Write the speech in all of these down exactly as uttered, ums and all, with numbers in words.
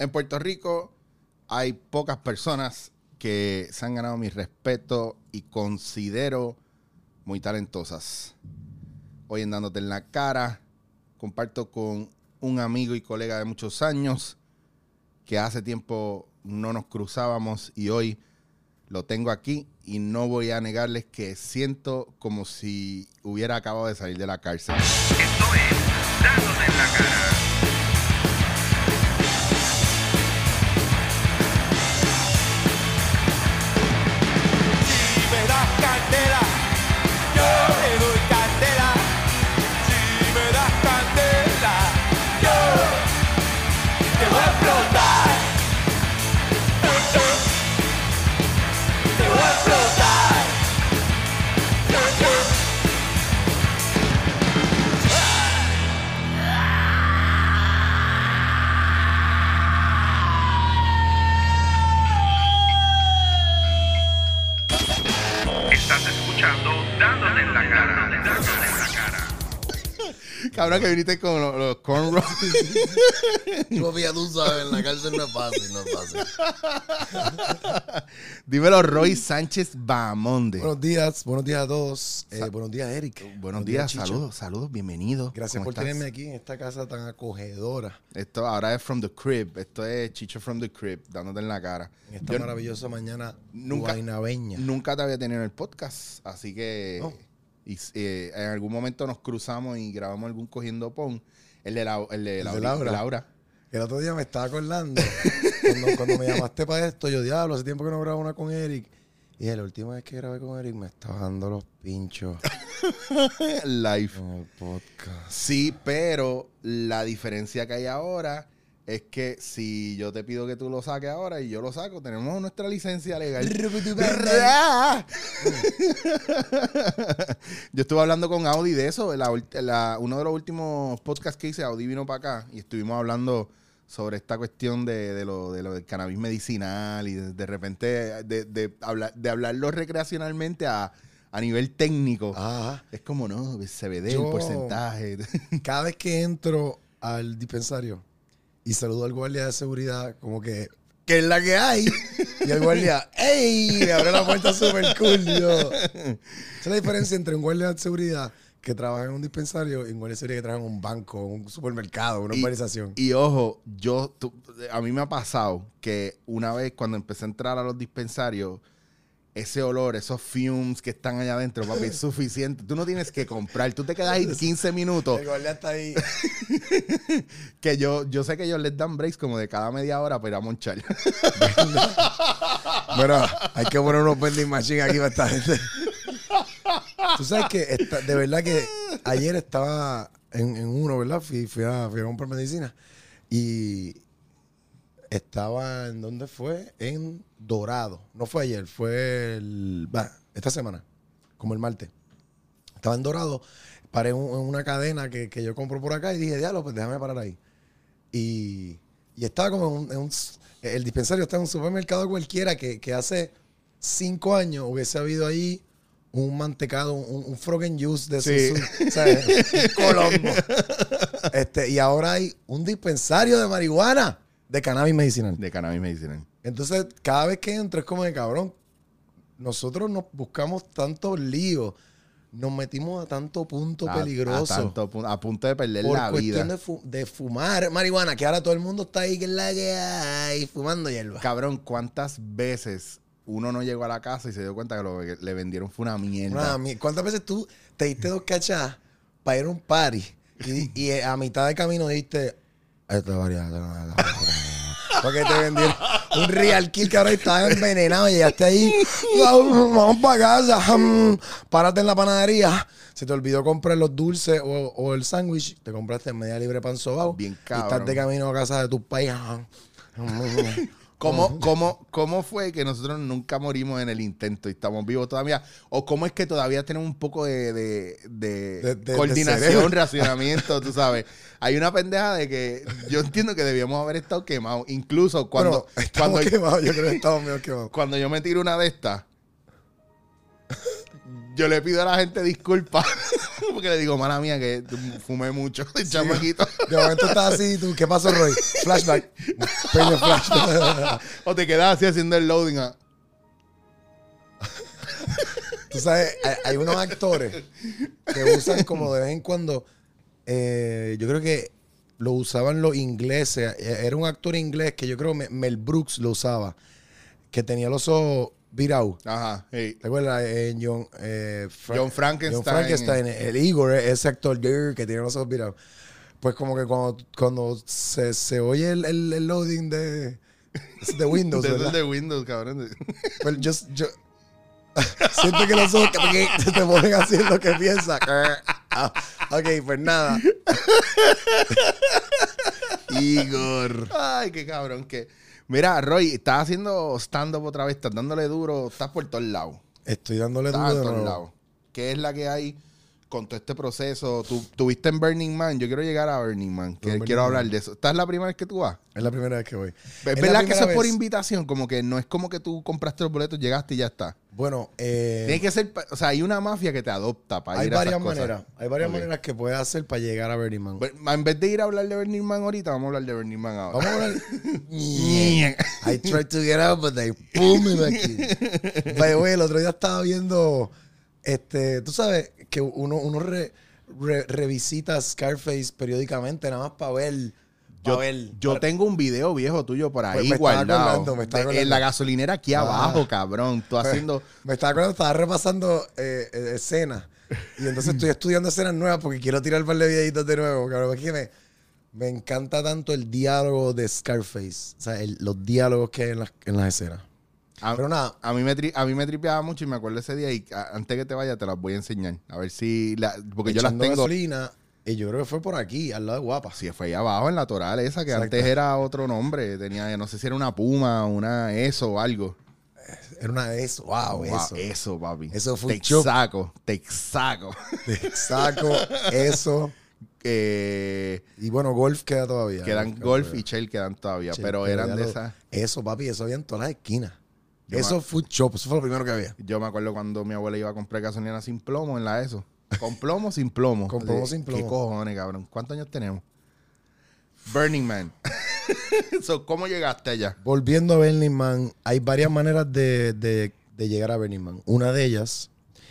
En Puerto Rico hay pocas personas que se han ganado mi respeto y considero muy talentosas. Hoy en Dándote en la Cara, comparto con un amigo y colega de muchos años que hace tiempo no nos cruzábamos y hoy lo tengo aquí y no voy a negarles que siento como si hubiera acabado de salir de la cárcel. Esto es Dándote en la Cara. Estás escuchando Dándote en la Cara. Dándote en la Cara. Cabrón, que viniste con los, los cornrows. Yo ya tú sabes, en la cárcel no es fácil, no es fácil. Dímelo, Roy Sánchez Bahamonde. Buenos días, buenos días a todos. Eh, buenos días, Eric. Buenos, buenos días, Chicho. saludos, saludos, bienvenido. Gracias ¿Cómo por estás? tenerme aquí en esta casa tan acogedora. Esto ahora es From the Crib. Esto es Chicho From the Crib, dándote en la cara. En esta Yo maravillosa mañana nunca- guaynabeña. Nunca te había tenido en el podcast, así que No. y, eh, en algún momento nos cruzamos y grabamos algún cogiendo pon. El de, la, el de, El de Laura- Laura. Laura. El otro día me estaba acordando, cuando, cuando me llamaste para esto, yo diablo, hace tiempo que no grabo una con Eric. Y dije, la última vez que grabé con Eric me estaba dando los pinchos Live. en el podcast. Sí, pero la diferencia que hay ahora es que si yo te pido que tú lo saques ahora y yo lo saco, tenemos nuestra licencia legal. Yo estuve hablando con Audi de eso. La, ult- la- uno de los últimos podcasts que hice, Audi vino para acá y estuvimos hablando sobre esta cuestión de, de, lo, de lo del cannabis medicinal y de, de repente de, de, hablar, de hablarlo recreacionalmente a, a nivel técnico. Ajá. Es como, no, C B D, Yo- el porcentaje. Cada vez que entro al dispensario y saludo al guardia de seguridad, como que, ¿qué es la que hay? Y el guardia, ¡ey! Me abre la puerta súper cool. Y yo, esa es la diferencia entre un guardia de seguridad que trabaja en un dispensario y un guardia de seguridad que trabaja en un banco, un supermercado, una Y- urbanización. Y ojo, yo tú- a mí me ha pasado que una vez cuando empecé a entrar a los dispensarios, ese olor, esos fumes que están allá adentro, papi, es suficiente. Tú no tienes que comprar, tú te quedas ahí quince minutos. El guardia está ahí. Que yo, yo sé que ellos les dan breaks como de cada media hora para ir a monchar. Bueno, hay que poner unos vending machines aquí para esta gente. Tú sabes que esta- de verdad que ayer estaba en, en uno, ¿verdad? Fui, fui, a, fui a comprar medicina y estaba en ¿dónde fue? En Dorado. No fue ayer, fue el, bah, esta semana, como el martes. Estaba en Dorado, paré en, un- en una cadena que, que yo compro por acá y dije, diablo, pues déjame parar ahí. Y, y estaba como en un, en un- el dispensario está en un supermercado cualquiera que, que hace cinco años hubiese habido ahí un mantecado, un, un frogen juice de Sí. su, ¿sabes? Un Colombo. Este, y ahora hay un dispensario de marihuana de cannabis medicinal. De cannabis medicinal. Entonces, cada vez que entro es como de cabrón. Nosotros nos buscamos tantos líos. Nos metimos a tanto punto A- peligroso. A, tanto pu- a punto de perder por la cuestión vida. de, fu- de fumar marihuana, que ahora todo el mundo está ahí, que es la que hay, fumando hierba. Cabrón, ¿cuántas veces uno no llegó a la casa y se dio cuenta que lo que le vendieron fue una mierda? Una mi- ¿Cuántas veces tú te diste dos cachas para ir a un party y, y a mitad de camino dijiste, esto es variado, porque te vendieron un real kill que ahora estaba envenenado y llegaste ahí, vamos para casa, mm, párate en la panadería, se te olvidó comprar los dulces o, o el sándwich, te compraste media libre pan sobao Bien y cabrón. estás de camino a casa de tus países. ¿Cómo, cómo, ¿Cómo fue que nosotros nunca morimos en el intento y estamos vivos todavía? ¿O cómo es que todavía tenemos un poco de, de, de De- de- de coordinación, cerebro? racionamiento, tú sabes? Hay una pendeja de que yo entiendo que debíamos haber estado quemados. Incluso cuando, Bueno, estamos cuando, quemados, yo creo que estamos medio quemados. cuando yo me tiro una de estas, yo le pido a la gente disculpas porque le digo, mala mía, que fumé mucho de chamaquito. De momento estás así, tú, ¿qué pasó, Roy? Flashback. Pequeño flashback. O te quedas así haciendo el loading. ¿Ah? Tú sabes, hay, hay unos actores que usan como de vez en cuando, eh, yo creo que lo usaban los ingleses. Era un actor inglés que yo creo que Mel Brooks lo usaba, que tenía los ojos virados. Ajá, hey. ¿Te acuerdas? Eh, John, eh, Fra- John Frankenstein. John Frankenstein, el Igor, ese actor que tiene los ojos virados. Pues como que cuando, cuando se, se oye el, el, el loading de, de Windows, De, ¿verdad? de Windows, cabrón. Pues yo, yo siento que los ojos que te ponen así en lo que piensas. Ah, ok, pues nada. Igor. Ay, qué cabrón que... Mira, Roy, estás haciendo stand-up otra vez, estás dándole duro, estás por todos lados. Estoy dándole Estás duro por de todos nuevo. lados. ¿Qué es la que hay con todo este proceso? Tú tuviste en Burning Man, yo quiero llegar a Burning Man, que Burning quiero Man. hablar de eso. ¿Esta es la primera vez que tú vas? Es la primera vez que voy. ¿Es la verdad que primera eso es por vez. invitación? Como que no es como que tú compraste los boletos, llegaste y ya está. Bueno, eh, Tiene que ser, pa- o sea, hay una mafia que te adopta para hay ir a varias esas cosas. maneras. Hay varias Ok. maneras que puedes hacer para llegar a Burning Man. Bueno, en vez de ir a hablar de Burning Man ahorita, vamos a hablar de Burning Man ahora. Vamos a hablar. I tried to get out, but they pulled me back in. By the way, el otro día estaba viendo, este, tú sabes que uno, uno re- re- revisita Scarface periódicamente, nada más para ver. pa' Yo, ver. yo para- tengo un video viejo tuyo por ahí Pues me estaba guardado. acordando, me estaba de- en acordando. la gasolinera aquí Ah. abajo, cabrón. Tú Pues, haciendo... Me estaba acordando, estaba repasando eh, eh, escenas. Y entonces estoy estudiando escenas nuevas porque quiero tirar un par de videitos de nuevo. Cabrón, es que me, me encanta tanto el diálogo de Scarface. O sea, el- los diálogos que hay en las, en las escenas. A, Pero nada. a mí me tri- a mí me tripeaba mucho y me acuerdo ese día y a- antes que te vaya te las voy a enseñar. A ver si... la- porque yo las echando tengo... gasolina, y yo creo que fue por aquí, al lado de Guapa. Sí, fue ahí abajo en la toral esa, que Exacto. antes era otro nombre. Tenía, no sé si era una Puma, una eso o algo. Era una de eso. Wow, Wow, eso. eso, papi. Eso fue un shock. Texaco, Texaco. Saco, eso. Eh, Y bueno, golf queda todavía. quedan queda Golf todavía. y Shell quedan todavía, Sí, pero eran ya de lo- esas... Eso, papi, eso había en todas las esquinas. Yo Eso me- food shop, eso fue lo primero que había. Yo me acuerdo cuando mi abuela iba a comprar gasolina sin plomo en la ESO. Con plomo, sin plomo. Con plomo, Así, sin plomo. ¿Qué cojones, cabrón? ¿Cuántos años tenemos? Burning Man. So, ¿cómo llegaste allá? Volviendo a Burning Man, hay varias maneras de, de- de llegar a Burning Man. Una de ellas,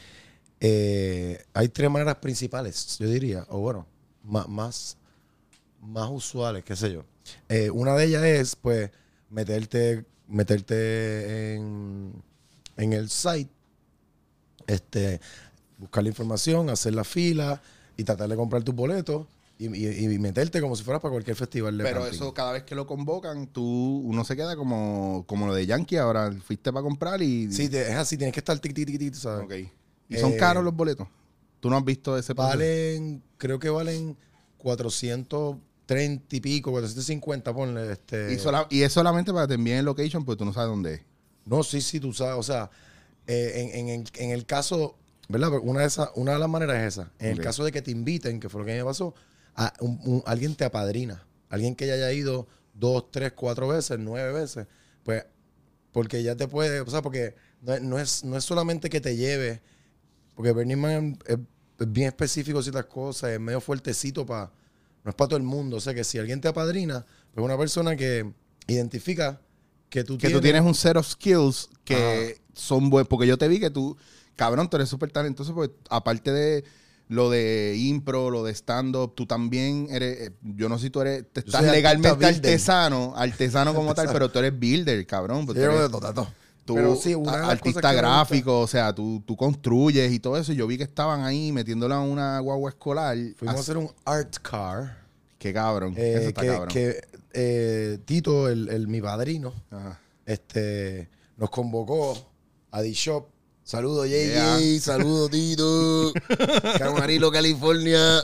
eh, hay tres maneras principales, yo diría, o bueno, más, más, más usuales, qué sé yo. Eh, una de ellas es, pues, meterte, meterte en, en el site, este, buscar la información, hacer la fila y tratar de comprar tus boletos y, y- y meterte como si fueras para cualquier festival de Pero camping. eso cada vez que lo convocan, tú, uno se queda como, como lo de Yankee ahora. Fuiste para comprar y... Sí, te- es así, tienes que estar tic, tic, tic, tic, tú ¿sabes? Ok. ¿Y son Eh, caros los boletos? ¿Tú no has visto ese proceso? Valen, creo que valen cuatrocientos treinta y pico, cuatrocientos cincuenta, ponle. Este, Y, sola- y es solamente para que te envíen el location, porque tú no sabes dónde es. No, sí, sí, tú sabes. O sea, eh, en, en el, en el caso, ¿verdad? Porque Una de, esas, una de las maneras es esa. En Ok. el caso de que te inviten, que fue lo que a mí me pasó, a un- un- alguien te apadrina. Alguien que ya haya ido dos, tres, cuatro veces, nueve veces, pues, porque ya te puede, o sea, porque no, es- no, es, no es solamente que te lleve, porque Burning Man es, es bien específico en ciertas cosas, es medio fuertecito para, no es para todo el mundo. O sea, que si alguien te apadrina, pues una persona que identifica que tú Que tú tienes un set of skills que son buenos. Porque yo te vi que tú, cabrón, tú eres súper talentoso. Porque aparte de lo de impro, lo de stand-up, tú también eres, eh, yo no sé si tú eres, te Yo estás soy artista legalmente builder. artesano, artesano como tal, Artesano. pero tú eres builder, cabrón. Pues tú Yo eres- de todo, de todo. Tú, Pero sí, una de las artista cosas que me gráfico, o sea, tú, tú construyes y todo eso. Y yo vi que estaban ahí metiéndola a una guagua escolar. Fuimos a As- hacer un art car. Qué cabrón. eh, eso está que cabrón. que, eh, Tito, el, el- mi padrino, Ajá. este, nos convocó a D-Shop. Saludos, J J. Yeah. Saludos, Tito. Camarillo, California.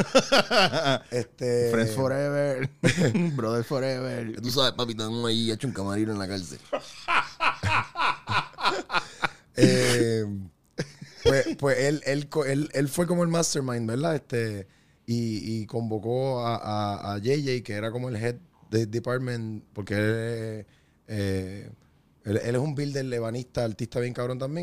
Este, Friends Forever. Brother Forever. Tú sabes, papi, estamos ahí hecho un camarillo en la cárcel. eh, pues pues él, él, co- él, él fue como el mastermind, ¿verdad? Este, y, y convocó a, a, a J J, que era como el head de department, porque él, eh, él, él es un builder, lebanista, artista bien cabrón también.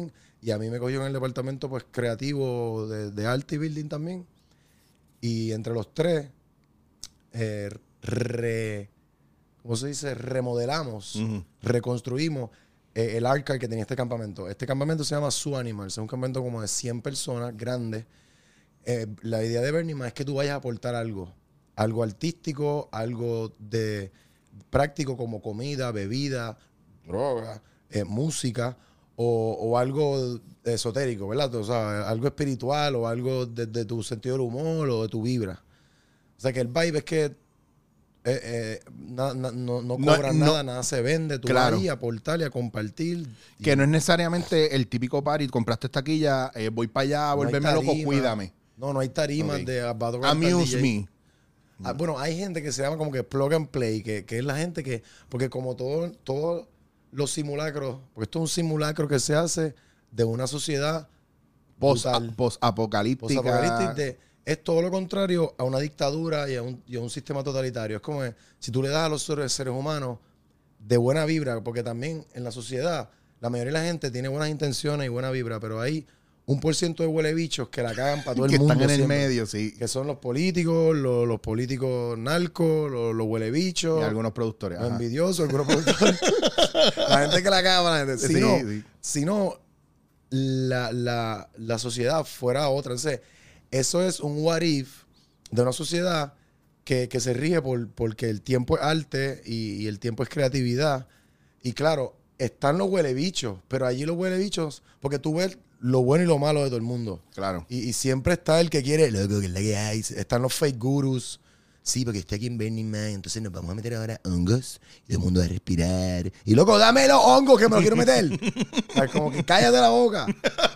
Y a mí me cogió en el departamento pues creativo de, de arte y building también. Y entre los tres, eh, re, ¿cómo se dice? Remodelamos, uh-huh. reconstruimos eh, el archive que tenía este campamento. Este campamento se llama Zoo Animals. Es un campamento como de cien personas, grande. Eh, la idea de Burning Man es que tú vayas a aportar algo. Algo artístico, algo de práctico como comida, bebida, droga, eh, música. O, o algo esotérico, ¿verdad? O sea, algo espiritual o algo de, de tu sentido del humor o de tu vibra. O sea, que el vibe es que eh, eh, na, na, no, no cobran no, nada, no, nada se vende. Tú claro. vas ahí a aportar y a compartir. Que y, no es necesariamente el típico party, compraste taquilla, eh, voy para allá, no volverme loco, cuídame. No, no hay tarimas okay. de... Amuse me. Ah, bueno, hay gente que se llama como que plug and play, que, que es la gente que... Porque como todo... todo los simulacros, porque esto es un simulacro que se hace de una sociedad post-apocalíptica. Post es todo lo contrario a una dictadura y a un, y a un sistema totalitario. Es como que si tú le das a los seres humanos de buena vibra, porque también en la sociedad la mayoría de la gente tiene buenas intenciones y buena vibra, pero hay un por ciento de huele bichos que la cagan para todo el que mundo. Que están en siempre, el medio, sí. Que son los políticos, los, los políticos narcos, los, los huele bichos. Y algunos productores. Los envidiosos, algunos productores. La gente que la caga, la gente. Si sí, no, sí. si no la, la, la sociedad fuera otra. Entonces, eso es un what if de una sociedad que, que se rige por, porque el tiempo es arte y, y el tiempo es creatividad. Y claro, están los huele bichos, pero allí los huele bichos, porque tú ves lo bueno y lo malo de todo el mundo. Claro. Y, y siempre está el que quiere, loco, que es la que hay. Están los fake gurus. Sí, porque estoy aquí en Burning Man, entonces nos vamos a meter ahora hongos y todo el mundo va a respirar. Y loco, dame los hongos que me los quiero meter. O sea, como que cállate la boca.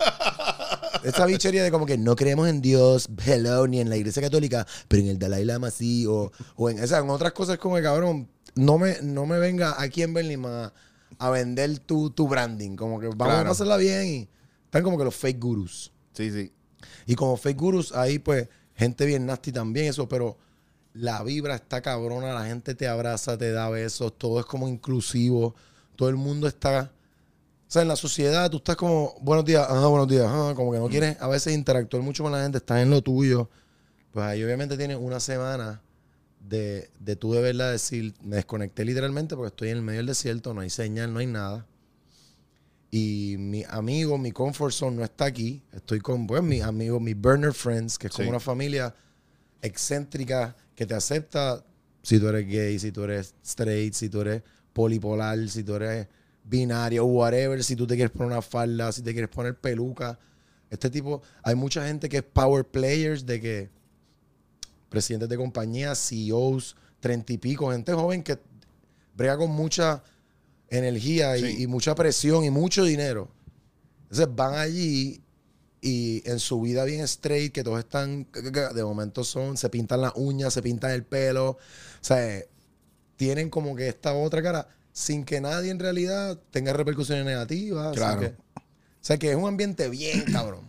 Esta bichería de como que no creemos en Dios, hello, ni en la iglesia católica, pero en el Dalai Lama sí, o, o en, o sea, en otras cosas como que, cabrón, no me, no me venga aquí en Burning Man a, a vender tu, tu branding. Como que vamos claro. a pasarla bien y están como que los fake gurus. Sí, sí. Y como fake gurus, ahí pues, gente bien nasty también, eso, pero la vibra está cabrona, la gente te abraza, te da besos, todo es como inclusivo, todo el mundo está... O sea, en la sociedad tú estás como, buenos días, ajá, buenos días, ajá, como que no quieres a veces interactuar mucho con la gente, estás en lo tuyo. Pues ahí obviamente tienes una semana de, de tú de verdad decir, me desconecté literalmente porque estoy en el medio del desierto, no hay señal, no hay nada. Y mi amigo, mi comfort zone no está aquí. Estoy con, pues, mis amigos, mis burner friends, que es como sí. una familia excéntrica que te acepta si tú eres gay, si tú eres straight, si tú eres polipolar, si tú eres binario, whatever, si tú te quieres poner una falda, si te quieres poner peluca. Este tipo, hay mucha gente que es power players, de que presidentes de compañías, C E Os, treinta y pico, gente joven que brega con mucha energía y, sí. y mucha presión y mucho dinero. Entonces van allí y en su vida bien straight, que todos están, de momento son, se pintan las uñas, se pintan el pelo, o sea, tienen como que esta otra cara, sin que nadie en realidad tenga repercusiones negativas. Claro. Que, o sea, que es un ambiente bien cabrón.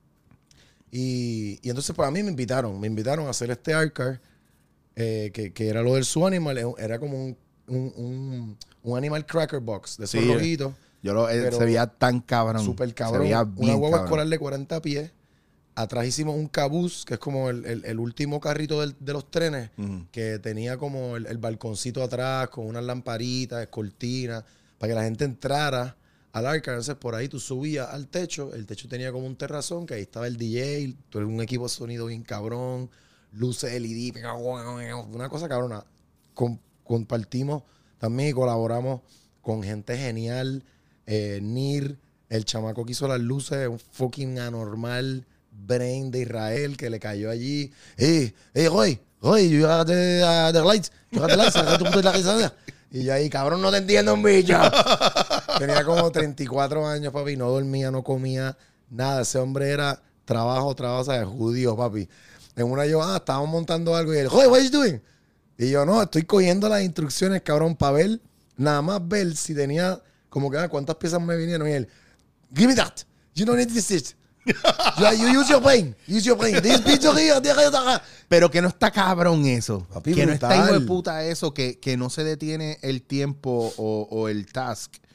Y, y entonces, pues a mí me invitaron, me invitaron a hacer este archive, eh, que, que era lo del Zoo Animal, era como un, un, un, un Animal Cracker Box, de esos sí, rojitos. Yo lo, eh, se veía tan cabrón. Súper cabrón. Se veía una hueva escolar de cuarenta pies. Atrás hicimos un cabús, que es como el, el, el último carrito del, de los trenes, uh-huh. que tenía como el, el balconcito atrás con unas lamparitas, cortinas, para que la gente entrara al archive. Entonces, por ahí tú subías al techo. El techo tenía como un terrazón, que ahí estaba el D J, todo un equipo de sonido bien cabrón, luces L E D, una cosa cabrona. Com- compartimos también y colaboramos con gente genial. Eh, Nir, el chamaco que hizo las luces, un fucking anormal brain de Israel que le cayó allí. Hey, hey, Roy, Roy, you got the, uh, the lights, you got the lights, tu puta la y yo ahí, cabrón, no te entiendo un bicho. Tenía como treinta y cuatro años, papi, no dormía, no comía nada. Ese hombre era trabajo, trabajo, o sea, judío, papi. En una yo, ah, estábamos montando algo y él, Roy, what are you doing? Y yo, no, estoy cogiendo las instrucciones, cabrón, para ver, nada más ver si tenía, como que, ah, cuántas piezas me vinieron. Y él, give me that. You don't need this shit. You use your brain. Use your brain. This pizza here. Pero que no está cabrón eso. Papi, que brutal. no está hijo de puta eso. Que, que no se detiene el tiempo o, o el task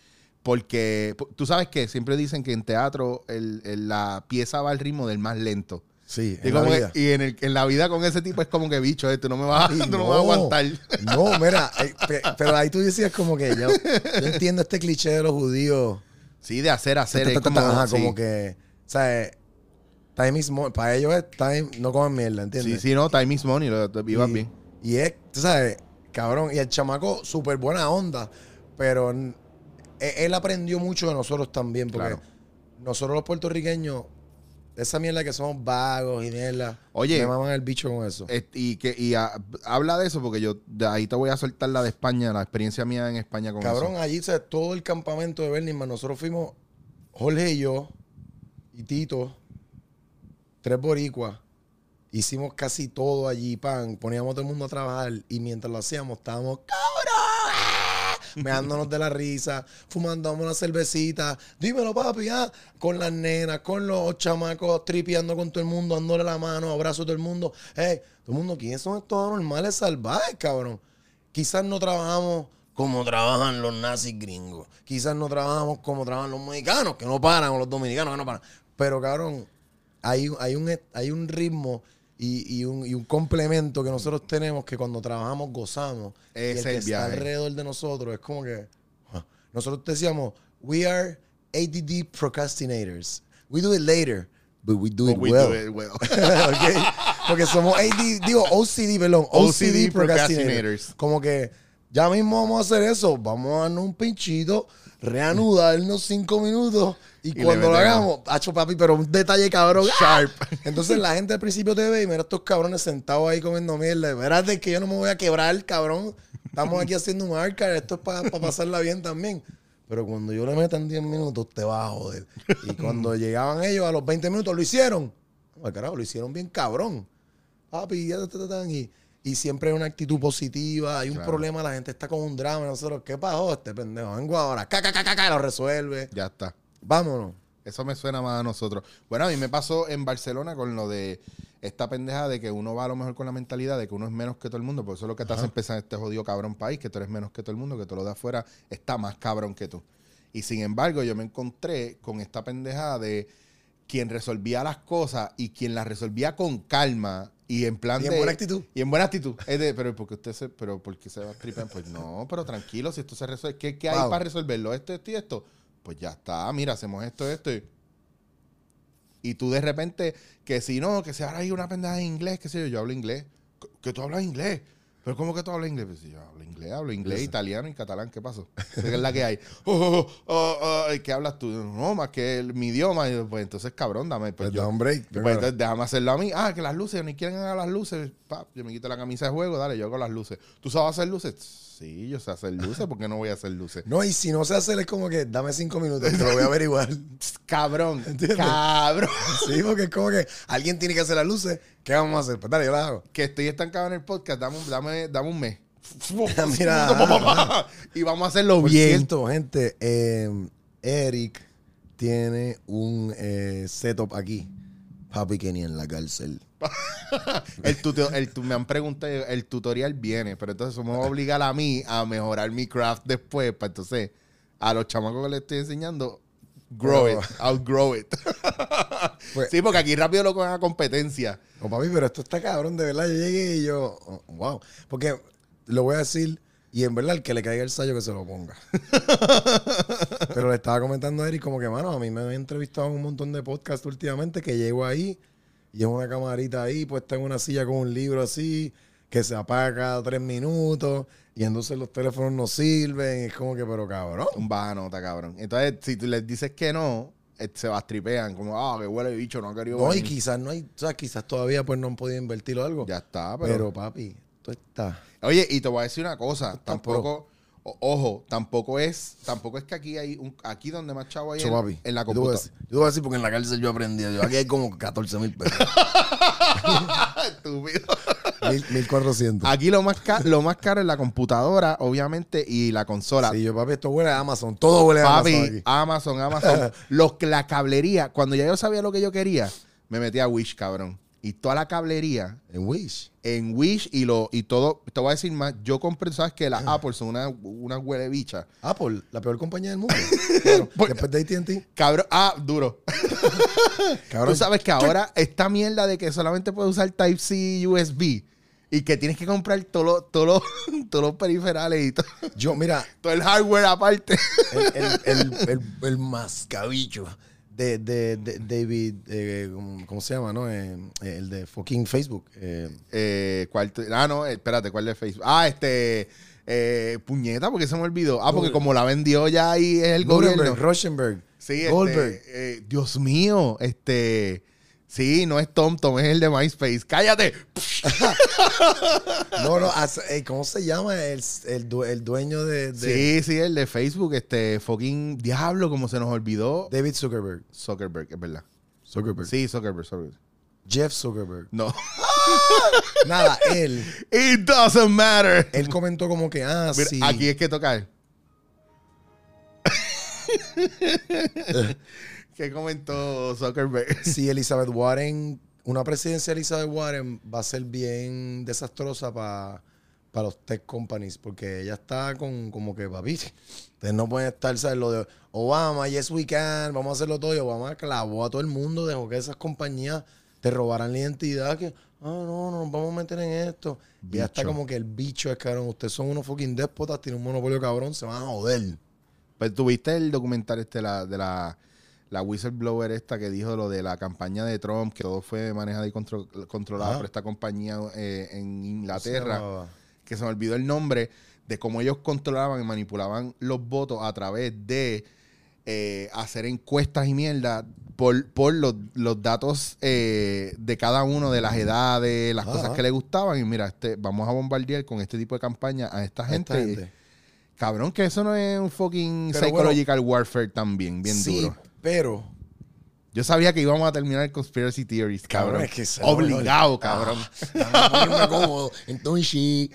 porque p- tú sabes que siempre dicen que en teatro el, el- la pieza va al ritmo del más lento. Sí, Y, en la como que- vida. y en, el- en la vida con ese tipo es como que bicho, eh, tú no me vas, a- Sí, tú no me vas a aguantar. No, mira, eh, pe- pero ahí tú decías como que yo, yo entiendo este cliché de los judíos. Sí, de hacer, hacer. Ta, es ta, ta, como, ta, ajá, sí. como que, o sea, eh, time is money. Para ellos es time, no comen mierda, ¿entiendes? Sí, sí, no, time is money, lo, lo ibas y, bien. Y es, tú sabes, cabrón, y el chamaco, súper buena onda, pero n- él, él aprendió mucho de nosotros también, porque Claro. nosotros los puertorriqueños, esa mierda que somos vagos y mierda, Oye. me maman el bicho con eso. Eh, y que y a- habla de eso porque yo de ahí te voy a soltar la de España, la experiencia mía en España con Cabrón, eso. allí, o sea, todo el campamento de Burning Man, nosotros fuimos, Jorge y yo, y Tito, tres boricuas, hicimos casi todo allí, pan, poníamos a todo el mundo a trabajar, y mientras lo hacíamos, estábamos, cabrón, meándonos de la risa, fumándonos una cervecita, dímelo papi, ah, con las nenas, con los chamacos, tripeando con todo el mundo, dándole la mano, abrazo a todo el mundo, hey, todo el mundo, ¿quiénes son estos anormales salvajes, cabrón? Quizás no trabajamos como trabajan los nazis gringos. Quizás no trabajamos como trabajan los mexicanos, que no paran, o los dominicanos, que no paran. Pero, cabrón, hay, hay, un, hay un ritmo y, y, un, y un complemento que nosotros tenemos que cuando trabajamos gozamos. Y Ese el es que el está viaje. alrededor de nosotros es como que... ah, nosotros decíamos, we are A D D procrastinators. We do it later, but we do it But we well. do it well. Ok. Porque somos A D, digo O C D, perdón, O C D O C D procrastinators. procrastinators. Como que ya mismo vamos a hacer eso, vamos a darnos un pinchito, reanudarnos cinco minutos y, Y cuando le lo metemos. hagamos, hacho papi, pero un detalle cabrón. Sharp. Entonces la gente al principio te ve y mira estos cabrones sentados ahí comiendo mierda. Espérate que yo no me voy a quebrar, cabrón. Estamos aquí haciendo un arcade, esto es para pasarla bien también. Pero cuando yo le meto en diez minutos, te vas a joder. Y cuando llegaban ellos a los veinte minutos, lo hicieron. Al carajo, lo hicieron bien cabrón. Papi, ya, ta, ta, ta, y, y siempre hay una actitud positiva, hay un Claro. problema, la gente está con un drama. y Nosotros, ¿qué pasó este pendejo? Vengo ahora, ca, ca, ca, ca, ca, lo resuelve. Ya está. Vámonos. Eso me suena más a nosotros. Bueno, a mí me pasó en Barcelona con lo de esta pendeja de que uno va a lo mejor con la mentalidad de que uno es menos que todo el mundo, porque eso es lo que te hace empezar en este jodido cabrón país, que tú eres menos que todo el mundo, que todo lo de afuera está más cabrón que tú. Y sin embargo, yo me encontré con esta pendeja de quien resolvía las cosas y quien las resolvía con calma y en plan Y en de... buena actitud. Y en buena actitud. Es de, pero porque usted se... Pero porque se va a tripear. Pues no, pero tranquilo, si esto se resuelve. ¿Qué, qué hay Wow. para resolverlo? Esto, esto y esto. Pues ya está, mira, hacemos esto, esto y... Y tú de repente, que si no, que si ahora hay una pendeja en inglés, que sé yo, yo hablo inglés. Que tú hablas inglés. Pero ¿cómo que tú hablas inglés? Pues si yo hablo inglés, hablo inglés, italiano y catalán. ¿Qué pasó? Esa es la que hay. Oh, oh, oh, oh, ¿qué hablas tú? No, más que el, mi idioma. Y yo, pues entonces, cabrón, dame. Pues, Pues yo, da un break. pues primero. entonces déjame hacerlo a mí. Ah, que las luces, ni quieren hacer las luces. Pa, yo me quito la camisa de juego, dale, yo hago las luces. ¿Tú sabes hacer luces? Sí, yo sé hacer luces, ¿por qué no voy a hacer luces? No, y si no se hace, es como que dame cinco minutos, te lo voy a averiguar. Cabrón, ¿Entiendes? cabrón. Sí, porque es como que alguien tiene que hacer las luces. ¿Qué vamos a hacer? Pues dale, yo las hago. Que estoy estancado en el podcast, dame, un- dame, dame un mes. Mira. Y vamos a hacerlo Por bien. cierto, gente, eh, Eric tiene un eh, setup aquí. Papi Kenny en la cárcel. El tuto- el tu- me han preguntado, el tutorial viene, pero entonces eso me va a obligar a mí a mejorar mi craft después, para entonces a los chamacos que les estoy enseñando, grow Pero- it, outgrow it. Pues- Sí, porque aquí rápido lo cogen a competencia. No, papi, pero esto está cabrón, de verdad. Yo llegué y yo, oh, wow. Porque lo voy a decir, y en verdad, el que le caiga el sallo que se lo ponga. Pero le estaba comentando a Eric como que, mano, a mí me han entrevistado en un montón de podcasts últimamente que llego ahí y es una camarita ahí puesta en una silla con un libro así que se apaga cada tres minutos y entonces los teléfonos no sirven. Y es como que, pero cabrón. Un baja nota, cabrón. Entonces, si tú les dices que no, eh, se bastripean, como, ah, que huele bicho, no ha querido No, y venir. quizás no hay, o sea, quizás todavía pues no han podido invertir o algo. Ya está, pero... pero, papi, tú estás. Oye, y te voy a decir una cosa, Está tampoco, o- ojo, tampoco es, tampoco es que aquí hay un, aquí donde más chavo hay Cho, en, papi. en la Yo te voy a computadora. decir- Yo te voy a decir porque en la cárcel yo aprendí. Yo, aquí hay como catorce mil pesos. Estúpido. Mil- mil cuatrocientos. Aquí lo más, ca- lo más caro es la computadora, obviamente, y la consola. Sí, yo, papi, esto huele a Amazon. Todo huele a Papi, Amazon aquí. Amazon, Amazon. Los, la cablería, cuando ya yo sabía lo que yo quería, me metí a Wish, cabrón. y toda la cablería En Wish. en Wish y lo y todo. Te voy a decir más. Yo compré, ¿sabes que las Apple son una, una huele bicha? Apple, la peor compañía del mundo. Claro, Porque- después de A T and T. Cabrón. Ah, duro. Cabrón. Tú sabes que ahora esta mierda de que solamente puedes usar Type-C y U S B y que tienes que comprar todos los todo lo, todos los periferales y todo, Yo, mira, todo el hardware aparte. el, el, el, el, el mascabicho de, de, de David, eh, ¿cómo se llama, no? Eh, el de fucking Facebook. Eh, Eh, ¿cuál te- ah, no, espérate, ¿cuál de Facebook? Ah, este. Eh, puñeta, porque se me olvidó. Ah, porque Gol- como la vendió ya ahí es el Gutenberg, gobierno. Rosenberg, Sí, este, Goldberg. eh, Dios mío, este. Sí, no es TomTom, es el de MySpace. ¡Cállate! No, no, as- eh, ¿cómo se llama el, el, due- el dueño de, de Sí, sí, el de Facebook, este fucking diablo, como se nos olvidó. David Zuckerberg? Zuckerberg, es verdad. Zuckerberg. Sí, Zuckerberg, Zuckerberg. Jeff Zuckerberg. No. Nada, él, It doesn't matter. él comentó como que, ah, Mira, sí. aquí es que tocar. ¿Qué comentó Zuckerberg? Si Elizabeth Warren, una presidencia de Elizabeth Warren va a ser bien desastrosa para los tech companies, porque ella está con como que, papi, ustedes no pueden estar, ¿sabes? Lo de Obama, yes we can, vamos a hacerlo todo. Y Obama clavó a todo el mundo, dejó que esas compañías te robaran la identidad, que, ah, no, no nos vamos a meter en esto. Y ya está Bicho. como que el bicho es cabrón, ustedes son unos fucking déspotas, tienen un monopolio cabrón, se van a joder. Pues tuviste el documental este la, de la, la whistleblower esta que dijo lo de la campaña de Trump, que todo fue manejado y contro- controlado Ajá. por esta compañía eh, en ¿Cómo se Inglaterra, llamaba? que se me olvidó el nombre, de cómo ellos controlaban y manipulaban los votos a través de eh, hacer encuestas y mierda por, por los, los datos eh, de cada uno, de las edades, las Ajá. cosas que le gustaban. Y mira, este, vamos a bombardear con este tipo de campaña a esta A gente. esta gente. Cabrón, que eso no es un fucking Pero psychological warfare también, bien Sí, duro. pero... Yo sabía que íbamos a terminar conspiracy theories, cabrón. Cabrón, es que se- Obligado, cabrón. Ah, ponerme cómodo. Entonces,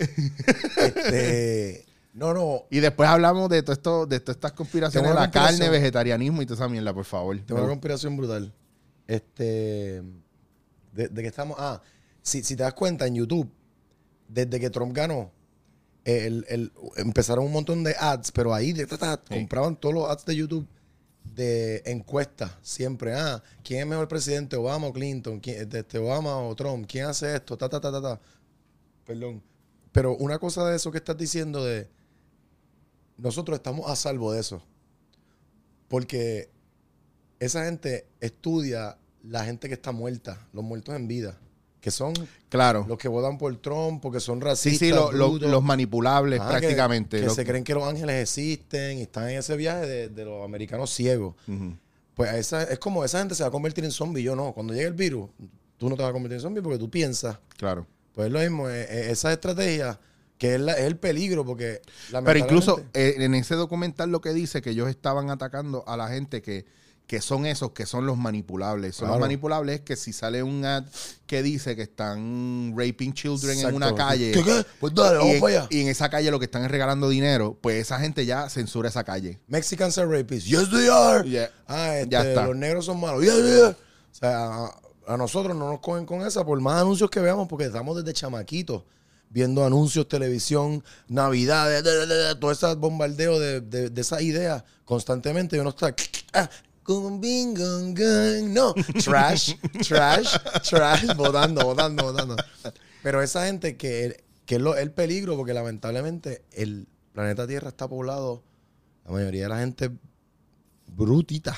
este, no, no, Y después hablamos de todo esto, de todas estas conspiraciones, Tengo una la carne, conspiración. vegetarianismo y toda esa mierda, por favor. tengo una conspiración brutal. Este, de, de que estamos, ah, si, si te das cuenta en YouTube, desde que Trump ganó, el, el- empezaron un montón de ads, pero ahí de, ta, ta, Sí. compraban todos los ads de YouTube de encuestas, siempre, ah, ¿quién es mejor presidente, Obama o Clinton? ¿Quién, este, Obama o Trump? ¿Quién hace esto? Ta, ta, ta, ta, ta. Perdón. Pero una cosa de eso que estás diciendo de nosotros estamos a salvo de eso. Porque esa gente estudia la gente que está muerta, los muertos en vida, que son Claro. los que votan por Trump porque son Sí, racistas. sí, lo- lo- brutos. los manipulables Ajá, que- prácticamente. Que, Lo- se creen que los ángeles existen y están en ese viaje de, de los americanos ciegos. Ujú. Pues a esa, es como esa gente se va a convertir en zombie. Yo no. Cuando llegue el virus, tú no te vas a convertir en zombie porque tú piensas. Claro. Pues es lo mismo. eh, eh, esa estrategia que es, la- es el peligro porque... Pero incluso lamentablemente- eh, en ese documental lo que dice que ellos estaban atacando a la gente que, que son esos, que son los manipulables. Son Claro. los manipulables es que si sale un ad que dice que están raping children en Exacto. una calle. ¿Qué, qué? Pues dale, y, vamos en, para allá. y en esa calle lo que están es regalando dinero, pues esa gente ya censura esa calle. Mexicans are rapists. Yes, they are. Yeah. Ah, este, Ya está. los negros son malos. Yeah, yeah. O sea, a, a nosotros no nos cogen con esa por más anuncios que veamos porque estamos desde chamaquitos viendo anuncios, televisión, navidades, de, de, de, todo ese bombardeo de, de, de esas ideas constantemente y uno está... Ah, gun, bing, gun, gun. No, trash, trash, trash, votando, votando, votando. Pero esa gente que, que es lo- el peligro porque lamentablemente el planeta Tierra está poblado, la mayoría de la gente brutita.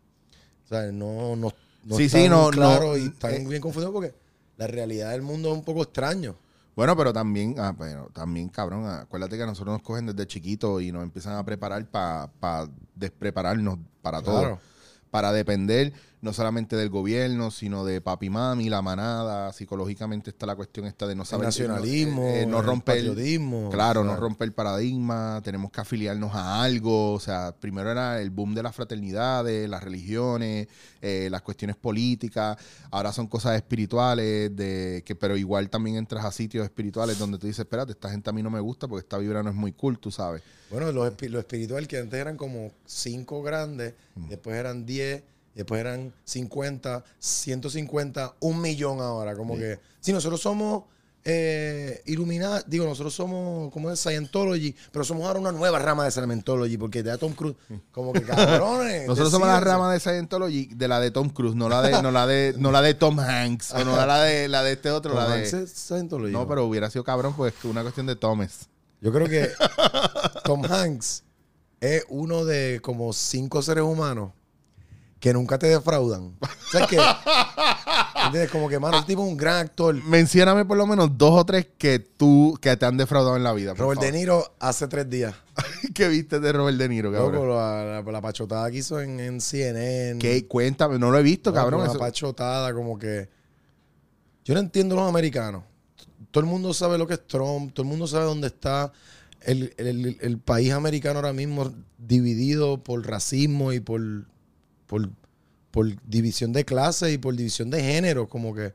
O sea, no, no, no Sí, están sí, no, claros no, y están eh. bien confundidos porque la realidad del mundo es un poco extraño. Bueno, pero también, ah, bueno, también, cabrón, acuérdate que a nosotros nos cogen desde chiquitos y nos empiezan a preparar para desprepararnos para todo. Claro. Para depender no solamente del gobierno, sino de papi mami, la manada. Psicológicamente está la cuestión esta de no El saber... nacionalismo, no, eh, no el romper... patriotismo. Claro, o sea, no romper el paradigma, tenemos que afiliarnos a algo. O sea, primero era el boom de las fraternidades, las religiones, eh, las cuestiones políticas. Ahora son cosas espirituales, de que pero igual también entras a sitios espirituales donde tú dices, espérate, esta gente a mí no me gusta porque esta vibra no es muy cool, tú sabes. Bueno, lo, espi- lo espiritual que antes eran como cinco grandes, Mm. después eran diez, y después eran cincuenta, ciento cincuenta, un millón ahora. Como sí. que, si nosotros somos eh, Illuminati, digo, nosotros somos, ¿cómo es? Scientology, pero somos ahora una nueva rama de Scientology, porque de Tom Cruise, como que cabrones. Nosotros somos la rama de Scientology de la de Tom Cruise, no la de, no la de, no la de Tom Hanks, o no la de la de este otro, Tom la Hanks de. es Scientology. No, pero hubiera sido cabrón, pues es una cuestión de Thomas. Yo creo que Tom Hanks es uno de como cinco seres humanos que nunca te defraudan. O sea, que, ¿entiendes? Como que, mano, el tipo es un gran actor. Mencióname por lo menos dos o tres que tú, que te han defraudado en la vida. Robert De Niro hace tres días. ¿Qué viste de Robert De Niro, cabrón? Loco, la, la, la pachotada que hizo en, en C N N. ¿Qué? Cuéntame, no lo he visto, Loco, cabrón. Una eso... pachotada como que... Yo no entiendo los americanos. Todo el mundo sabe lo que es Trump. Todo el mundo sabe dónde está el, el, el, el país americano ahora mismo dividido por racismo y por... por, por división de clase y por división de género, como que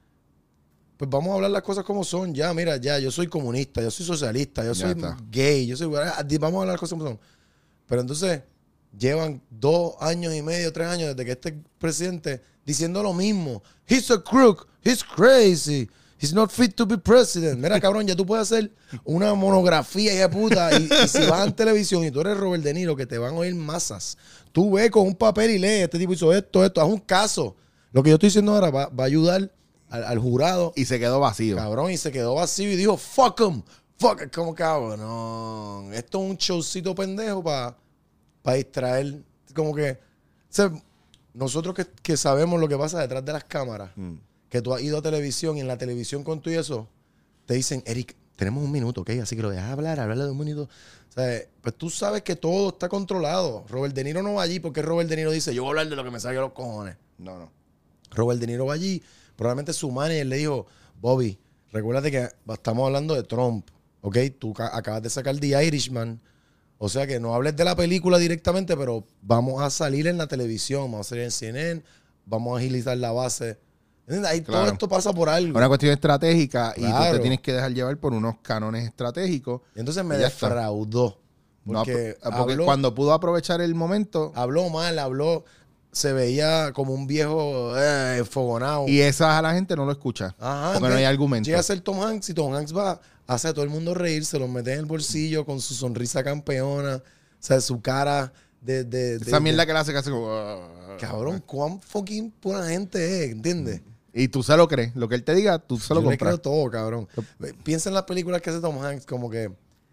pues vamos a hablar las cosas como son, ya, mira, ya, yo soy comunista, yo soy socialista, yo soy gay, yo soy, vamos a hablar las cosas como son. Pero entonces llevan dos años y medio, tres años desde que este presidente diciendo lo mismo. He's a crook, he's crazy, he's not fit to be president. Mira, cabrón, ya tú puedes hacer una monografía, hija de puta, y, y si vas en televisión y tú eres Robert De Niro, que te van a oír masas, tú ves con un papel y lees, este tipo hizo esto, esto, haz un caso. Lo que yo estoy diciendo ahora va, va a ayudar al, al jurado. Y se quedó vacío. Cabrón, y se quedó vacío y dijo, fuck him, fuck him. Como cabrón, esto es un showcito pendejo para pa distraer. Como que, o sea, nosotros que, que sabemos lo que pasa detrás de las cámaras, mm. que tú has ido a televisión y en la televisión con tú y eso, te dicen, Eric, tenemos un minuto, ¿ok? Así que lo dejas hablar, hablarle de un minuto. O sea, pues tú sabes que todo está controlado. Robert De Niro no va allí porque Robert De Niro dice, yo voy a hablar de lo que me salga a los cojones. No, no. Robert De Niro va allí. Probablemente su manager le dijo, Bobby, recuérdate que estamos hablando de Trump, ¿ok? Tú acabas de sacar The Irishman. O sea que no hables de la película directamente, pero vamos a salir en la televisión, vamos a salir en C N N, vamos a agilizar la base. Ahí claro. Todo esto pasa por algo. Una cuestión estratégica claro. Y tú te tienes que dejar llevar por unos cánones estratégicos. Y entonces me defraudó. Porque, no, porque habló, cuando pudo aprovechar el momento... Habló mal, habló... Se veía como un viejo eh, enfogonado. Y esa a la gente no lo escucha. Ajá, porque no hay argumento. Llega a ser Tom Hanks y Tom Hanks va, hace a todo el mundo reír, se lo mete en el bolsillo con su sonrisa campeona. O sea, su cara de... de, de esa mierda de, que le hace que hace como... Cabrón, cuán fucking buena gente es, ¿entiendes? Y tú se lo crees. Lo que él te diga, tú se lo Yo compras. le creo todo, cabrón. Piensa en las películas que hace Tom Hanks, como que...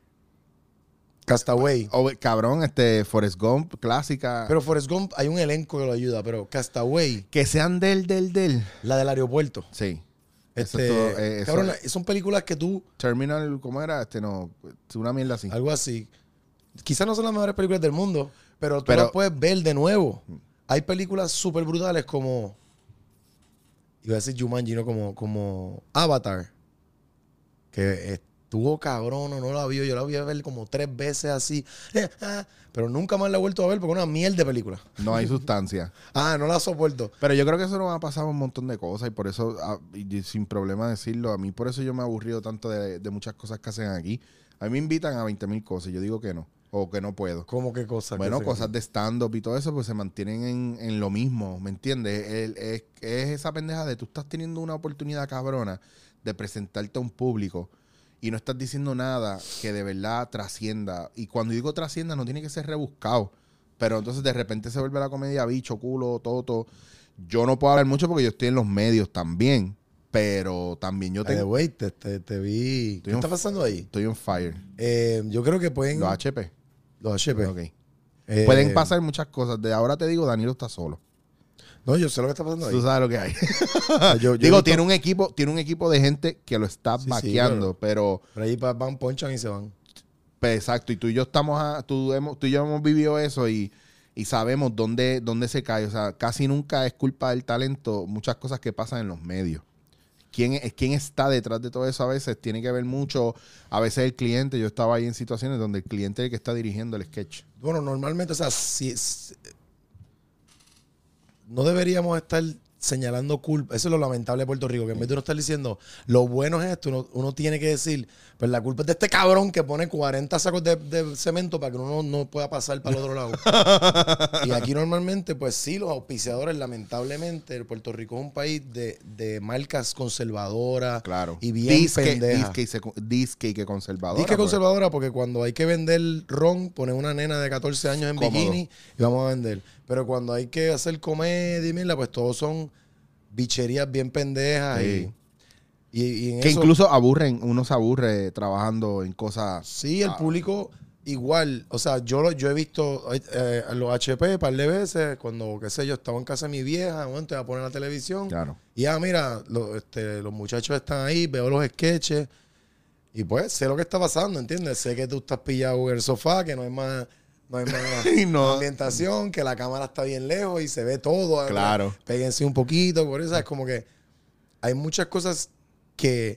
Castaway. O, cabrón, este Forrest Gump, clásica. Pero Forrest Gump hay un elenco que lo ayuda, pero Castaway. Que sean del, del, del. La del aeropuerto. Sí. Este, eso es todo, eh, cabrón, eso, son películas que tú... Terminal, ¿cómo era? Este no, una mierda así. Algo así. Quizás no son las mejores películas del mundo, pero tú pero, las puedes ver de nuevo. Hay películas súper brutales como... Iba a decir Jumanji, ¿no? Como, como Avatar. Que estuvo cabrón, o no la vio. Yo la voy a ver como tres veces así. Pero nunca más la he vuelto a ver porque es una mierda de película. No hay sustancia. Ah, no la soporto. Pero yo creo que eso nos ha pasado un montón de cosas y por eso, y sin problema decirlo, a mí por eso yo me he aburrido tanto de, de muchas cosas que hacen aquí. A mí me invitan a veinte mil cosas y yo digo que no. O que no puedo. ¿Cómo qué cosas? Bueno, cosas de stand-up y todo eso, pues se mantienen en, en lo mismo, ¿me entiendes? El, es, es esa pendeja de tú estás teniendo una oportunidad cabrona de presentarte a un público y no estás diciendo nada que de verdad trascienda. Y cuando digo trascienda no tiene que ser rebuscado. Pero entonces de repente se vuelve la comedia bicho, culo, toto. Yo no puedo hablar mucho porque yo estoy en los medios también. Pero también yo tengo... Eh, wait, te, te, te vi. Estoy ¿Qué está pasando ahí? Estoy on fire. Eh, yo creo que pueden... Los H P. Los H P. Ok. Eh, Pueden pasar muchas cosas. De ahora te digo, Danilo está solo. No, yo sé lo que está pasando ahí. Tú sabes lo que hay. yo, yo Digo, visto... tiene un equipo, tiene un equipo de gente que lo está sí, vaqueando, sí, pero... Pero ahí van, ponchan y se van. Pues, exacto, y tú y yo estamos a, tú, hemos, tú y yo hemos vivido eso y, y sabemos dónde, dónde se cae. O sea, casi nunca es culpa del talento, muchas cosas que pasan en los medios. ¿Quién, es, ¿Quién está detrás de todo eso a veces? Tiene que ver mucho, a veces el cliente. Yo estaba ahí en situaciones donde el cliente es el que está dirigiendo el sketch. Bueno, normalmente, o sea, si, si, no deberíamos estar señalando culpa. Eso es lo lamentable de Puerto Rico, que en vez de uno estar diciendo lo bueno es esto, uno, uno tiene que decir, pues la culpa es de este cabrón que pone cuarenta sacos de, de cemento para que uno no pueda pasar para el otro lado. Y aquí normalmente, pues sí, los auspiciadores, lamentablemente, Puerto Rico es un país de, de marcas conservadoras Claro. y bien disque, pendejas. disque, y se- disque y que conservadora. Disque pues. conservadora porque cuando hay que vender ron, ponen una nena de catorce años en Cómodo. bikini y vamos a vender. Pero cuando hay que hacer comedia y mierda, pues todos son bicherías bien pendejas. Sí. Y, y, y en Que eso, incluso aburren, uno se aburre trabajando en cosas. sí, el Ah. público igual. O sea, yo, lo- yo he visto eh, los H P un par de veces cuando, qué sé yo, estaba en casa de mi vieja, de momento iba a poner la televisión. Claro. Y ah, mira, lo- este, los muchachos están ahí, veo los sketches. Y pues sé lo que está pasando, ¿entiendes? Sé que tú estás pillado en el sofá, que no hay más, no hay más Y no. ambientación, que la cámara está bien lejos y se ve todo. Claro. Péguense un poquito, por eso es como que hay muchas cosas que,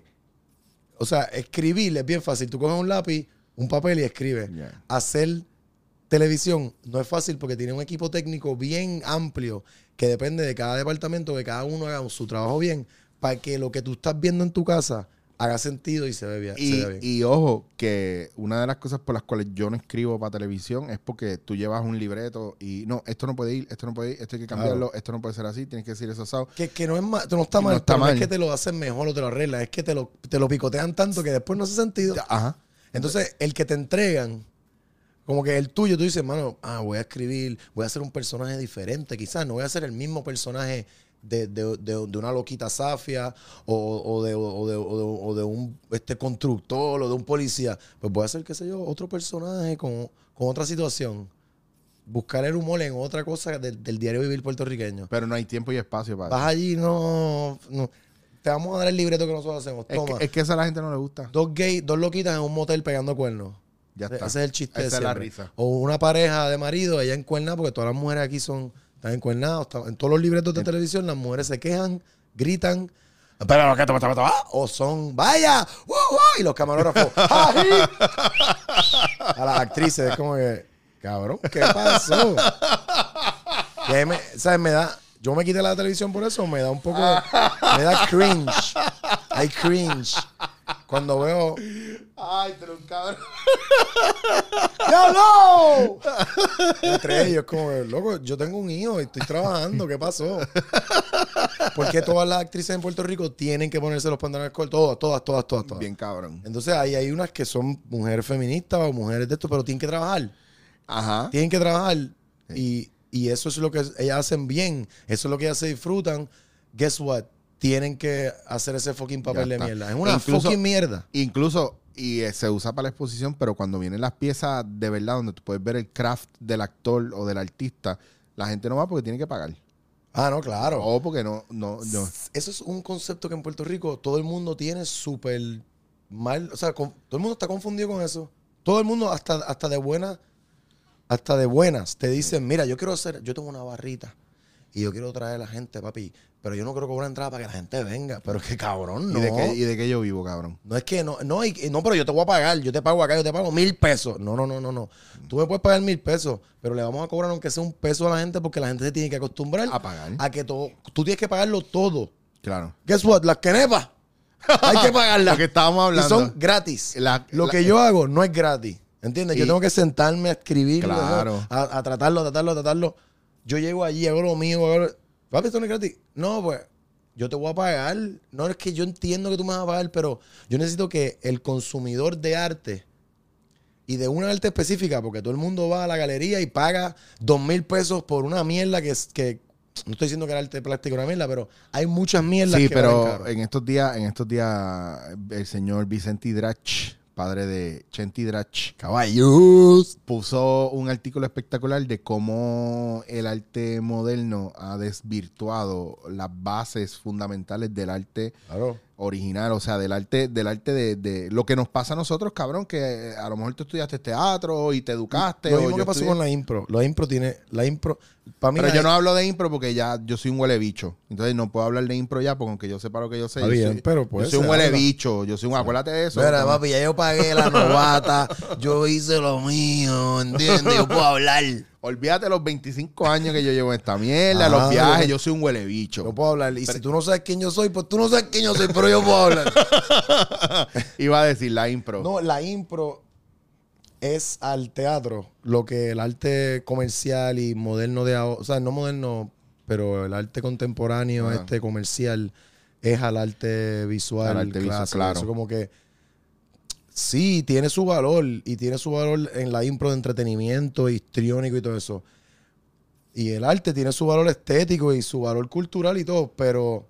o sea, escribir es bien fácil. Tú coges un lápiz, un papel y escribes. Yeah. Hacer televisión no es fácil porque tiene un equipo técnico bien amplio que depende de cada departamento, que cada uno haga su trabajo bien, para que lo que tú estás viendo en tu casa haga sentido y se ve bien. Y, se vea bien. y ojo, que una de las cosas por las cuales yo no escribo para televisión es porque tú llevas un libreto y no, esto no puede ir, esto no puede ir, esto hay que cambiarlo, esto no puede ser así, tienes que decir eso asado. Que, que no es ma- no está Y no mal, está pero no mal. es que te lo hacen mejor o te lo arreglan, es que te lo, te lo picotean tanto que después no hace sentido. Ajá. Entonces, el que te entregan, como que el tuyo, tú dices, mano, ah, voy a escribir, voy a hacer un personaje diferente, quizás no voy a hacer el mismo personaje de, de, de, de una loquita zafia o, o, de, o, de, o, de, o de un este constructor o de un policía. Pues voy a hacer, qué sé yo, otro personaje con, con otra situación. Buscar el humor en otra cosa del, del diario vivir puertorriqueño. Pero no hay tiempo y espacio para Vas eso. allí, no, no. Te vamos a dar el libreto que nosotros hacemos. Es Toma. que, es que eso a la gente no le gusta. Dos gays, dos loquitas en un motel pegando cuernos. Ya Ese está. es el chiste de Esa es la siempre. risa. O una pareja de marido, ella encuernada, porque todas las mujeres aquí son, están encuernadas. Están- en todos los libretos de televisión, las mujeres se quejan, gritan. Pero lo que te pasa, o son, vaya, uh, uh, y los camarógrafos, ¡ay! A las actrices, es como que, cabrón, ¿qué pasó? Que me, ¿sabes? Me da, yo me quité la televisión por eso, me da un poco, me da cringe. Hay cringe. Cuando veo, Ay, pero un cabrón. ¡diablo! Entre ellos, como, que, loco, yo tengo un hijo y estoy trabajando, ¿qué pasó? ¿Por qué todas las actrices en Puerto Rico tienen que ponerse los pantalones cortos? Todas, todas, todas, todas, todas. Bien cabrón. Entonces ahí hay unas que son mujeres feministas o mujeres de esto, pero tienen que trabajar. Ajá. Tienen que trabajar. Y, y eso es lo que ellas hacen bien. Eso es lo que ellas se disfrutan. Guess what? Tienen que hacer ese fucking papel de está. mierda. Es una Incluso- fucking mierda. Incluso, y eh, se usa para la exposición, pero cuando vienen las piezas de verdad, donde tú puedes ver el craft del actor o del artista, la gente no va porque tiene que pagar. Ah, no, claro. O porque no, no, no. Eso es un concepto que en Puerto Rico todo el mundo tiene súper mal. O sea, con- todo el mundo está confundido con eso. Todo el mundo, hasta, hasta de buenas, hasta de buenas, te dicen, mira, yo quiero hacer, yo tengo una barrita y yo quiero traer a la gente, papi, pero yo no quiero cobrar entrada para que la gente venga. Pero que cabrón, no. ¿Y, de qué, ¿Y de qué yo vivo, cabrón? No es que no, no, y- y no, pero yo te voy a pagar, yo te pago acá, yo te pago mil pesos. No, no, no, no, no. Tú me puedes pagar mil pesos, pero le vamos a cobrar aunque sea un peso a la gente porque la gente se tiene que acostumbrar A pagar. a que todo, tú tienes que pagarlo todo. Claro. Guess what? Las quenepas. Hay que pagarlas. Lo que estábamos hablando. Y son gratis. La- Lo la- que yo hago no es gratis. ¿Entiendes? Yo Y- tengo que sentarme a escribir. Claro. A, a tratarlo, a tratarlo, a tratarlo. Yo llego allí, hago lo mío. Hago lo- Papi, esto no es gratis. No, pues yo te voy a pagar. No es que yo entiendo que tú me vas a pagar, pero yo necesito que el consumidor de arte y de una arte específica, porque todo el mundo va a la galería y paga dos mil pesos por una mierda que es que. No estoy diciendo que el arte plástico es una mierda, pero hay muchas mierdas Sí, que valen pero caro. en estos días, en estos días, el señor Vicente Hidrach, padre de Chente Hidrach, Caballos. puso un artículo espectacular de cómo el arte moderno ha desvirtuado las bases fundamentales del arte Claro. original, o sea, del arte, del arte de, de lo que nos pasa a nosotros, cabrón, que a lo mejor tú estudiaste teatro y te educaste. Lo o mismo yo que pasó estudié- con la impro. La impro tiene. La impro. Para mí. Pero la- yo no hablo de impro porque ya yo soy un huele bicho. Entonces no puedo hablar de impro ya porque aunque yo sepa lo que yo sé. Está yo bien, soy, pero puede yo soy un ser, huele habla. bicho. Yo soy un. Acuérdate de eso. Mira, ¿no? papi, ya yo pagué la novata. Yo hice lo mío, ¿entiendes? Yo puedo hablar. Olvídate los veinticinco años que yo llevo en esta mierda, Ah, los viajes, no. yo soy un huele bicho. No puedo hablar. Y si tú no sabes quién yo soy, pues tú no sabes quién yo soy, pero yo puedo hablar. Iba a decir la impro. No, la impro es al teatro lo que el arte comercial y moderno de ahora, o sea, no moderno, pero el arte contemporáneo, Ajá. este comercial, es al arte visual. Al arte visual, clásico. claro. Eso como que sí, tiene su valor y tiene su valor en la impro de entretenimiento, histriónico y todo eso. Y el arte tiene su valor estético y su valor cultural y todo, pero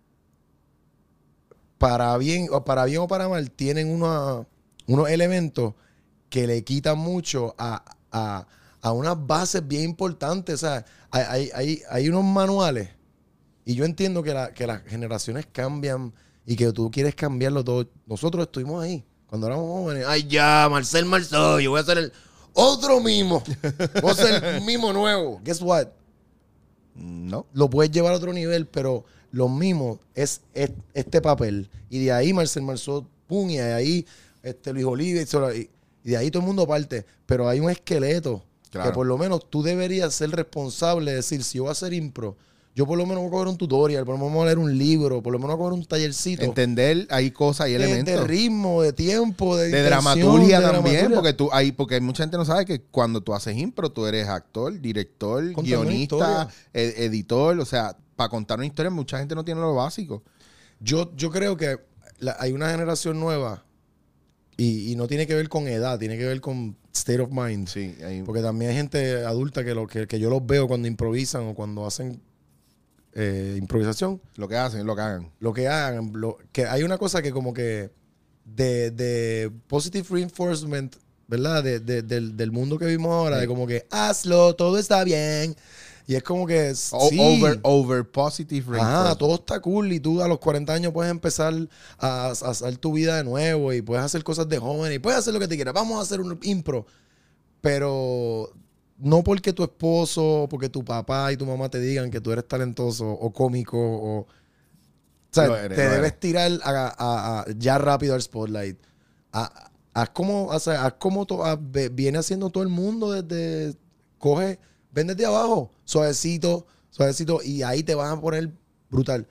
para bien o para bien o para mal tienen una- unos elementos que le quitan mucho a, a- a unas bases bien importantes. O sea, hay, hay, hay, hay unos manuales y yo entiendo que, la- que las generaciones cambian y que tú quieres cambiarlo todo. Nosotros estuvimos ahí cuando éramos jóvenes. Ay, ya, Marcel Marceau, yo voy a hacer el otro mimo. Voy a hacer el mimo nuevo. Guess what? No. Lo puedes llevar a otro nivel, pero lo mismo es, es- este papel. Y de ahí Marcel Marceau, pum, y de ahí este, Luis Oliva, y, solo- y- y de ahí todo el mundo parte. Pero hay un esqueleto Claro. que por lo menos tú deberías ser responsable de decir, si yo voy a hacer impro, yo por lo menos voy a coger un tutorial, por lo menos voy a leer un libro, por lo menos voy a coger un tallercito. Entender, hay cosas, hay de, elementos. de ritmo, de tiempo, de, De intención, dramaturgia de también, dramaturgia. porque tú hay, porque mucha gente no sabe que cuando tú haces impro, tú eres actor, director, Contando una guionista, historia. ed- editor, o sea, para contar una historia, mucha gente no tiene lo básico. Yo, yo creo que la- hay una generación nueva y, y no tiene que ver con edad, tiene que ver con state of mind. Sí, hay- Porque también hay gente adulta que, lo, que, que yo los veo cuando improvisan o cuando hacen eh, improvisación. lo que hacen es lo que hagan. Lo que hagan, lo- que hay una cosa que como que de, de positive reinforcement, ¿verdad? De, de- del, del mundo que vimos ahora, Sí. de como que hazlo, todo está bien. Y es como que O- sí. Over, over positive Ajá, reinforcement. todo está cool y tú a los cuarenta años puedes empezar a, a hacer tu vida de nuevo y puedes hacer cosas de joven y puedes hacer lo que te quieras. Vamos a hacer un impro, pero no porque tu esposo, porque tu papá y tu mamá te digan que tú eres talentoso o cómico o... O sea, Lo eres, te lo debes eres. tirar a- a- a- ya rápido al spotlight. A- Haz como, o sea, haz como to- a- ve- viene haciendo todo el mundo desde... Coge, ven desde abajo, suavecito, suavecito, y ahí te vas a poner brutal.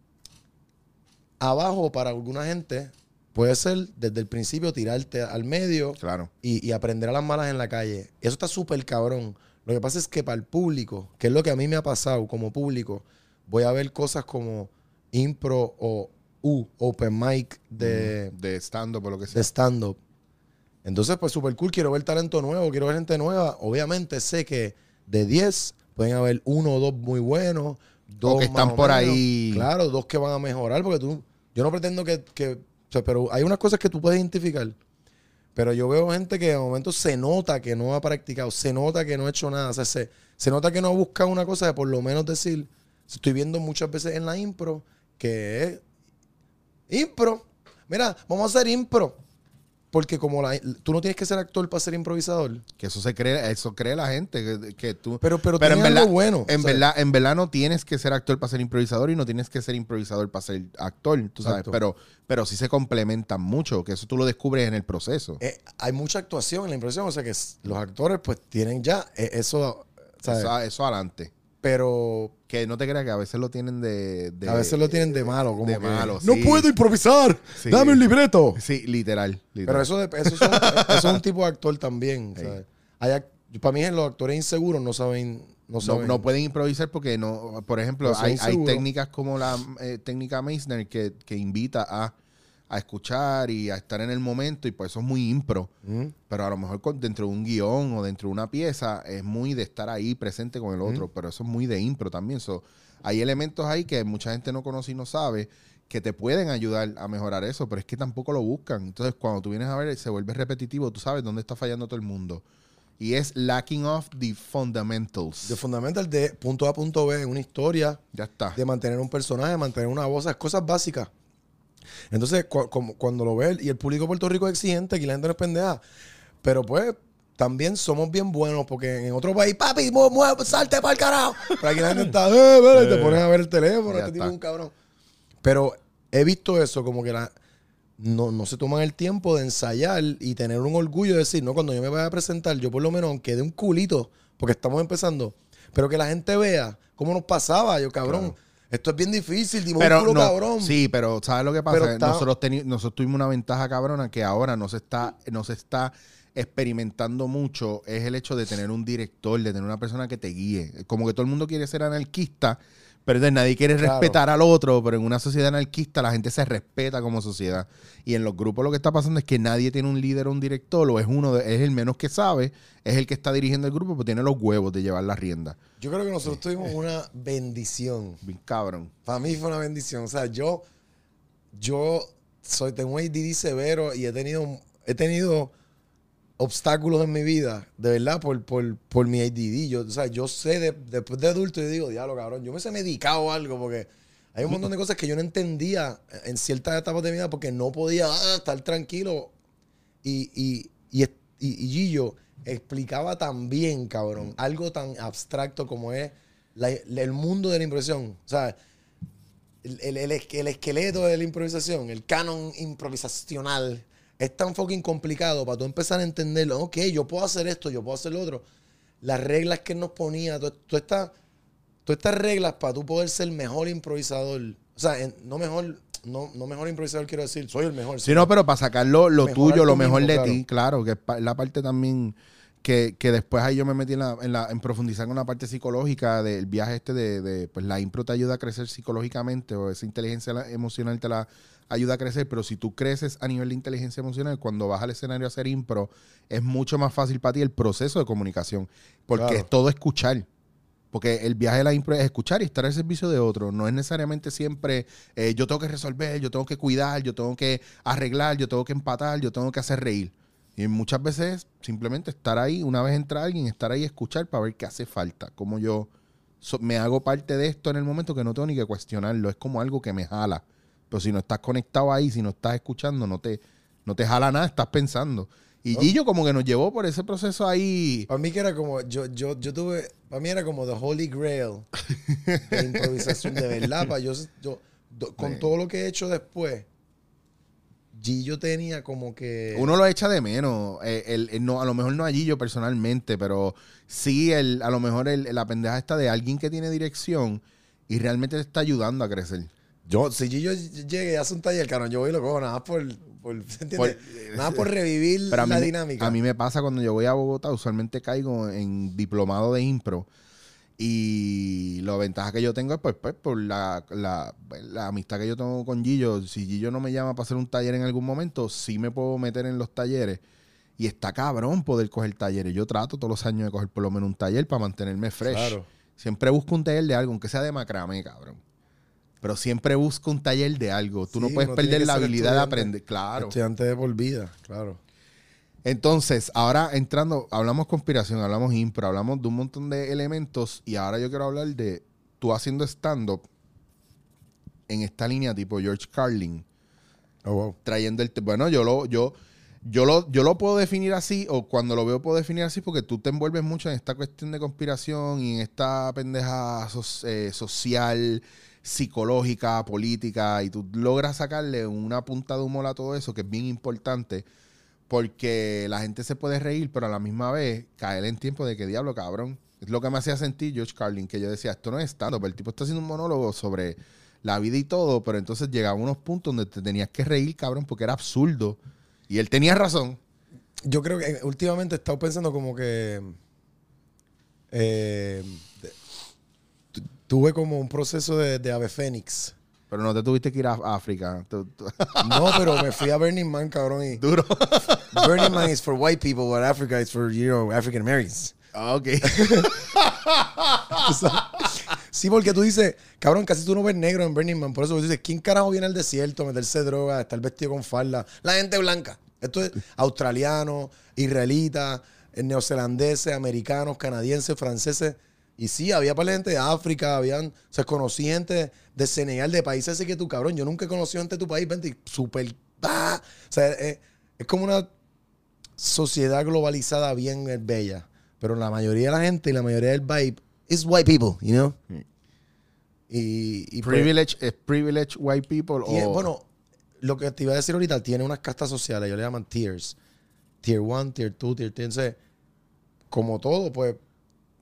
Abajo, para alguna gente, puede ser desde el principio tirarte al medio Claro. y, y aprender a las malas en la calle. Eso está súper cabrón. Lo que pasa es que para el público, que es lo que a mí me ha pasado como público, voy a ver cosas como impro o U, open mic de, De stand-up o lo que de sea. stand-up. Entonces, pues súper cool. Quiero ver talento nuevo, quiero ver gente nueva. Obviamente sé que de diez pueden haber uno o dos muy buenos, dos que están más o por menos. ahí. Claro, dos que van a mejorar, porque tú, yo no pretendo que, que- o sea, pero hay unas cosas que tú puedes identificar. Pero yo veo gente que de momento se nota que no ha practicado, se nota que no ha hecho nada, o sea, se, se nota que no ha buscado una cosa de por lo menos decir, estoy viendo muchas veces en la impro que es impro. Mira, vamos a hacer impro. Porque como la, tú no tienes que ser actor para ser improvisador. Que eso se cree, eso cree la gente, que, que tú... Pero, pero, Pero tiene en verdad, algo bueno. en, ¿sabes? verdad, en verdad no tienes que ser actor para ser improvisador y no tienes que ser improvisador para ser actor, tú sabes. Exacto. Pero, pero sí se complementan mucho, que eso tú lo descubres en el proceso. Eh, hay mucha actuación en la improvisación. O sea que s- los actores pues tienen ya eh, eso, ¿sabes? Eso, eso adelante. Pero Que no te creas que a veces lo tienen de... de- a veces lo tienen de malo. Como de que, malo, no sí. puedo improvisar. Sí. Dame un libreto. Sí, literal. literal. Pero eso, de- eso, son- eso es un tipo de actor también. Sí. ¿sabes? Hay ac- para mí los actores inseguros no saben... No, No, saben. no pueden improvisar porque no, por ejemplo, No son hay, hay seguros. técnicas como la eh, técnica Meissner que, que invita a, a escuchar y a estar en el momento y por eso es muy impro. ¿Mm? Pero a lo mejor con- dentro de un guión o dentro de una pieza es muy de estar ahí presente con el otro, pero eso es muy de impro también. So, hay elementos ahí que mucha gente no conoce y no sabe que te pueden ayudar a mejorar eso, pero es que tampoco lo buscan. Entonces, cuando tú vienes a ver, se vuelve repetitivo, tú sabes dónde está fallando todo el mundo. Y es lacking of the fundamentals. De fundamental de punto A a punto B en una historia, Ya está. de mantener un personaje, mantener una voz, esas cosas básicas. Entonces, cu- como- cuando lo ve, y el público de Puerto Rico es exigente, aquí la gente no es pendeja, pero pues también somos bien buenos, porque en otro país, papi, mu- mu- salte para el carajo. Pero aquí la gente está, eh, mira, y te pones a ver el teléfono, Ya este tipo está. es un cabrón. Pero he visto eso, como que la, no, no se toman el tiempo de ensayar y tener un orgullo de decir, no, cuando yo me vaya a presentar, yo por lo menos, aunque dé un culito porque estamos empezando. Pero que la gente vea cómo nos pasaba. Yo, cabrón, Claro. esto es bien difícil, dimos Pero un culo, no, cabrón. sí, pero ¿sabes lo que Pero pasa? está- Nosotros, teni- nosotros tuvimos una ventaja cabrona que ahora no se está, no se está experimentando mucho. Es el hecho de tener un director, de tener una persona que te guíe. Como que todo el mundo quiere ser anarquista, pero entonces nadie quiere Claro. respetar al otro. Pero en una sociedad anarquista la gente se respeta como sociedad. Y en los grupos lo que está pasando es que nadie tiene un líder o un director, o es uno, de- es el menos que sabe, es el que está dirigiendo el grupo, pero tiene los huevos de llevar la rienda. Yo creo que nosotros tuvimos una bendición. Bien cabrón. Para mí fue una bendición. O sea, yo, yo soy, tengo un A D D severo y he tenido, he tenido obstáculos en mi vida, de verdad, por, por, por mi A D D. Yo, o sea, yo sé, de- después de adulto, yo digo, diablo, cabrón, yo me he medicado o algo, porque hay un montón de cosas que yo no entendía en ciertas etapas de mi vida porque no podía ah, estar tranquilo. Y, y, y, y, y Gillo explicaba tan bien, cabrón, algo tan abstracto como es la- el mundo de la improvisación. O sea, el, el, el, es- el esqueleto de la improvisación, el canon improvisacional, es tan fucking complicado para tú empezar a entenderlo. Ok, yo puedo hacer esto, yo puedo hacer lo otro. Las reglas que él nos ponía, todas estas todas estas reglas para tú poder ser mejor improvisador. O sea, en- no mejor, no, no mejor improvisador quiero decir, soy el mejor. Sí, no, pero para sacar lo, lo Mejorar tuyo, lo tú mejor mismo, de claro. ti, claro, que es pa- la parte también que, que después ahí yo me metí en, la, en, la, en profundizar en una parte psicológica del viaje este de, de, pues la impro te ayuda a crecer psicológicamente, o esa inteligencia la- emocional te la ayuda a crecer, pero si tú creces a nivel de inteligencia emocional, cuando vas al escenario a hacer impro, es mucho más fácil para ti el proceso de comunicación, porque Claro. es todo escuchar. Porque el viaje de la impro es escuchar y estar al servicio de otro. No es necesariamente siempre eh, yo tengo que resolver, yo tengo que cuidar, yo tengo que arreglar, yo tengo que empatar, yo tengo que hacer reír. Y muchas veces simplemente estar ahí, una vez entra alguien, estar ahí y escuchar para ver qué hace falta. Cómo yo so- me hago parte de esto en el momento que no tengo ni que cuestionarlo. Es como algo que me jala. Pero si no estás conectado ahí, si no estás escuchando, no te, no te jala nada, estás pensando. Y Oh. Gillo como que nos llevó por ese proceso ahí. Para mí que era como, yo, yo, yo tuve, para mí era como the holy grail de improvisación, de verdad. Pa, yo, yo, do- con Sí. todo lo que he hecho después, Gillo tenía como que... Uno lo echa de menos. Eh, el, el no, a lo mejor no a Gillo personalmente, pero sí el, a lo mejor el, la pendeja está de alguien que tiene dirección y realmente te está ayudando a crecer. Yo, si Gillo llegue y hace un taller, cabrón, yo voy y lo cojo nada más por, por, ¿entiendes? Por- nada más por revivir Pero a mí, la me- dinámica. a mí me pasa cuando yo voy a Bogotá, usualmente caigo en diplomado de impro. Y la ventaja que yo tengo es pues, pues, por la, la, la amistad que yo tengo con Gillo. Si Gillo no me llama para hacer un taller en algún momento, sí me puedo meter en los talleres. Y está cabrón poder coger talleres. Yo trato todos los años de coger por lo menos un taller para mantenerme fresh. Claro. Siempre busco un taller de algo, aunque sea de macramé, cabrón. Pero siempre busco un taller de algo. Tú no Sí, puedes uno tiene perder que la ser habilidad de estudiante. aprender. Claro. Estudiante de por vida, claro. Entonces, ahora entrando, hablamos conspiración, hablamos impro, hablamos de un montón de elementos y ahora yo quiero hablar de tú haciendo stand-up en esta línea tipo George Carlin, Oh, wow. trayendo el... te- Bueno, yo lo, yo, yo, lo, yo lo puedo definir así, o cuando lo veo puedo definir así porque tú te envuelves mucho en esta cuestión de conspiración y en esta pendeja so- eh, social, psicológica, política, y tú logras sacarle una punta de humor a todo eso que es bien importante. Porque la gente se puede reír, pero a la misma vez caer en tiempo de que diablo, cabrón. Es lo que me hacía sentir George Carlin, que yo decía, esto no es stand-up. El tipo está haciendo un monólogo sobre la vida y todo, pero entonces llegaba a unos puntos donde te tenías que reír, cabrón, porque era absurdo. Y él tenía razón. Yo creo que eh, últimamente he estado pensando como que eh, de- tu- tuve como un proceso de, de ave fénix. Pero no te tuviste que ir a a África. Tú- tú- No, pero me fui a Burning Man, cabrón. Y Duro. Burning Man is for white people, but Africa is for, you know, African Americans. Ah, ok. ¿Tú sabes? Sí, porque tú dices, cabrón, casi tú no ves negro en Burning Man. Por eso tú dices, ¿quién carajo viene al desierto a meterse droga, a estar vestido con falda? La gente blanca. Esto es australiano, israelita, neozelandeses, americanos, canadienses, franceses. Y sí, había para gente de África, habían, o sea, conocí gente de Senegal, de países así que tú, cabrón, yo nunca he conocido gente de tu país, vente, y súper, ¡ah! O sea, es, es como una sociedad globalizada bien eh, bella. Pero la mayoría de la gente y la mayoría del vibe is white people, you know? Y, y pues, Privilege, ¿es privilege white people? tiene- o... bueno, lo que te iba a decir ahorita, tiene unas castas sociales, ellos le llaman tiers. Tier one, tier two, tier three. Entonces, como todo, pues,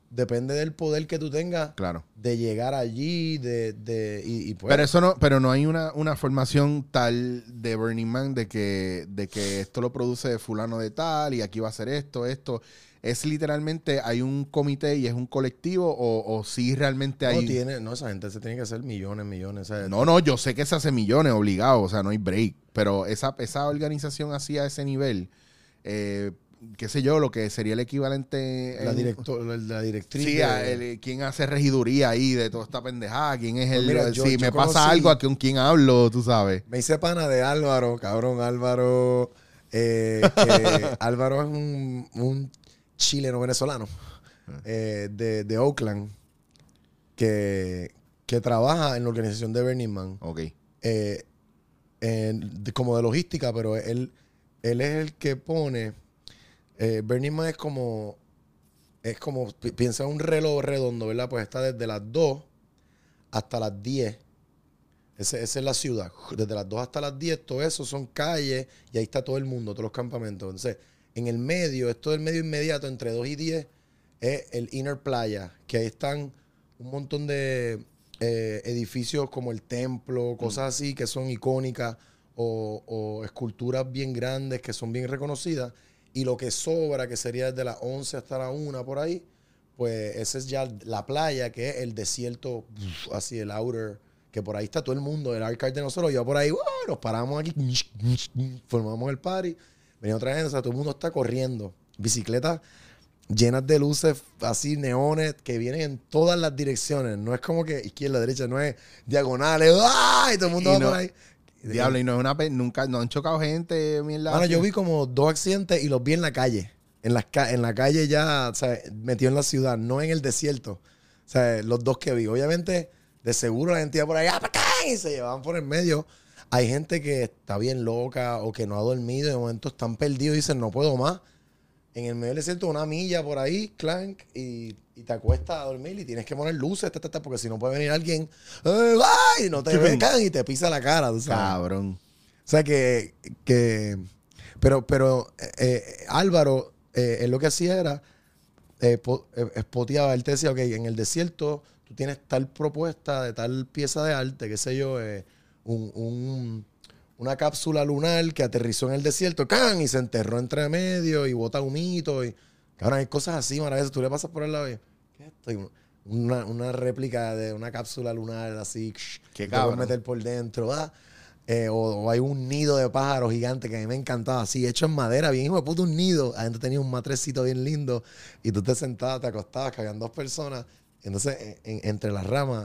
depende del poder que tú tengas Claro. de llegar allí, de, de y, y pues, Pero eso no, pero no hay una, una formación tal de Burning Man de que, de que esto lo produce fulano de tal y aquí va a ser esto, esto. Es literalmente, hay un comité y es un colectivo o, o sí realmente hay... no tiene, no, esa gente se tiene que hacer millones, millones. O sea, No, no, yo sé que se hace millones obligado, o sea, no hay break. Pero esa, esa organización así a ese nivel, eh, qué sé yo, lo que sería el equivalente... la, en- directo, la, la directriz. Sí, de- a el- quién hace regiduría ahí de toda esta pendejada, quién es Pues el... mira, yo- si yo me pasa conocí- algo, ¿a con quién hablo? Tú sabes. Me hice pana de Álvaro, cabrón, Álvaro. eh, que Álvaro es un, un chileno venezolano eh, de, de Oakland que, que trabaja en la organización de Burning Man. Ok. eh, en- de- como de logística, pero él, él es el que pone. Eh, Burning Man es como. Es como. pi- Piensa en un reloj redondo, ¿verdad? Pues está desde las dos hasta las diez. Ese- esa es la ciudad. Desde las dos hasta las diez, todo eso son calles y ahí está todo el mundo, todos los campamentos. Entonces, en el medio, esto del medio inmediato, entre dos y diez, es el Inner Playa, que ahí están un montón de eh, edificios como el templo, cosas así que son icónicas o, o esculturas bien grandes que son bien reconocidas. Y lo que sobra, que sería desde las once hasta la una por ahí, pues esa es ya la playa, que es el desierto, así el outer, que por ahí está todo el mundo, el arcade de nosotros. Yo por ahí, ¡uh! Nos paramos aquí, formamos el party, venía otra gente, o sea, todo el mundo está corriendo. Bicicletas llenas de luces, así neones, que vienen en todas las direcciones. No es como que izquierda, derecha, no es diagonales, ¡ah! Y todo el mundo Y va no- por ahí. Diablo, y no es una... pe- Nunca, no han chocado gente, mierda. Bueno, así? yo vi como dos accidentes y los vi en la calle. En, las ca- en la calle ya, o sea, metido en la ciudad, no en el desierto. O sea, los dos que vi. Obviamente, de seguro la gente iba por ahí, ¡ah, pa' acá! Y se llevaban por el medio. Hay gente que está bien loca o que no ha dormido y de momento están perdidos y dicen, no puedo más. En el medio del desierto, una milla por ahí, clank, y, y te acuestas a dormir y tienes que poner luces, ta, ta, ta, porque si no puede venir alguien, ¡eh, ay! Y no te ve, can, y te pisa la cara, tú sabes. Cabrón. O sea que, que pero, pero eh, eh, Álvaro, eh, él lo que hacía era, eh, po- eh, spoteaba, él te decía, ok, en el desierto tú tienes tal propuesta de tal pieza de arte, qué sé yo, eh, un, un- una cápsula lunar que aterrizó en el desierto, ¡can! Y se enterró entre medio y bota humito. Y, cabrón, hay cosas así maravillosas. Tú le pasas por el lado y, ¿qué es esto? Y Una, una réplica de una cápsula lunar así, Qué que te puedes cabrón. meter por dentro, ¿ah? Eh, o, o hay un nido de pájaros gigante que a mí me encantaba, así, hecho en madera, bien hijo de puta, un nido. Adentro tenía un matrecito bien lindo y tú te sentabas, te acostabas, que habían dos personas. Entonces, en- en- entre las ramas,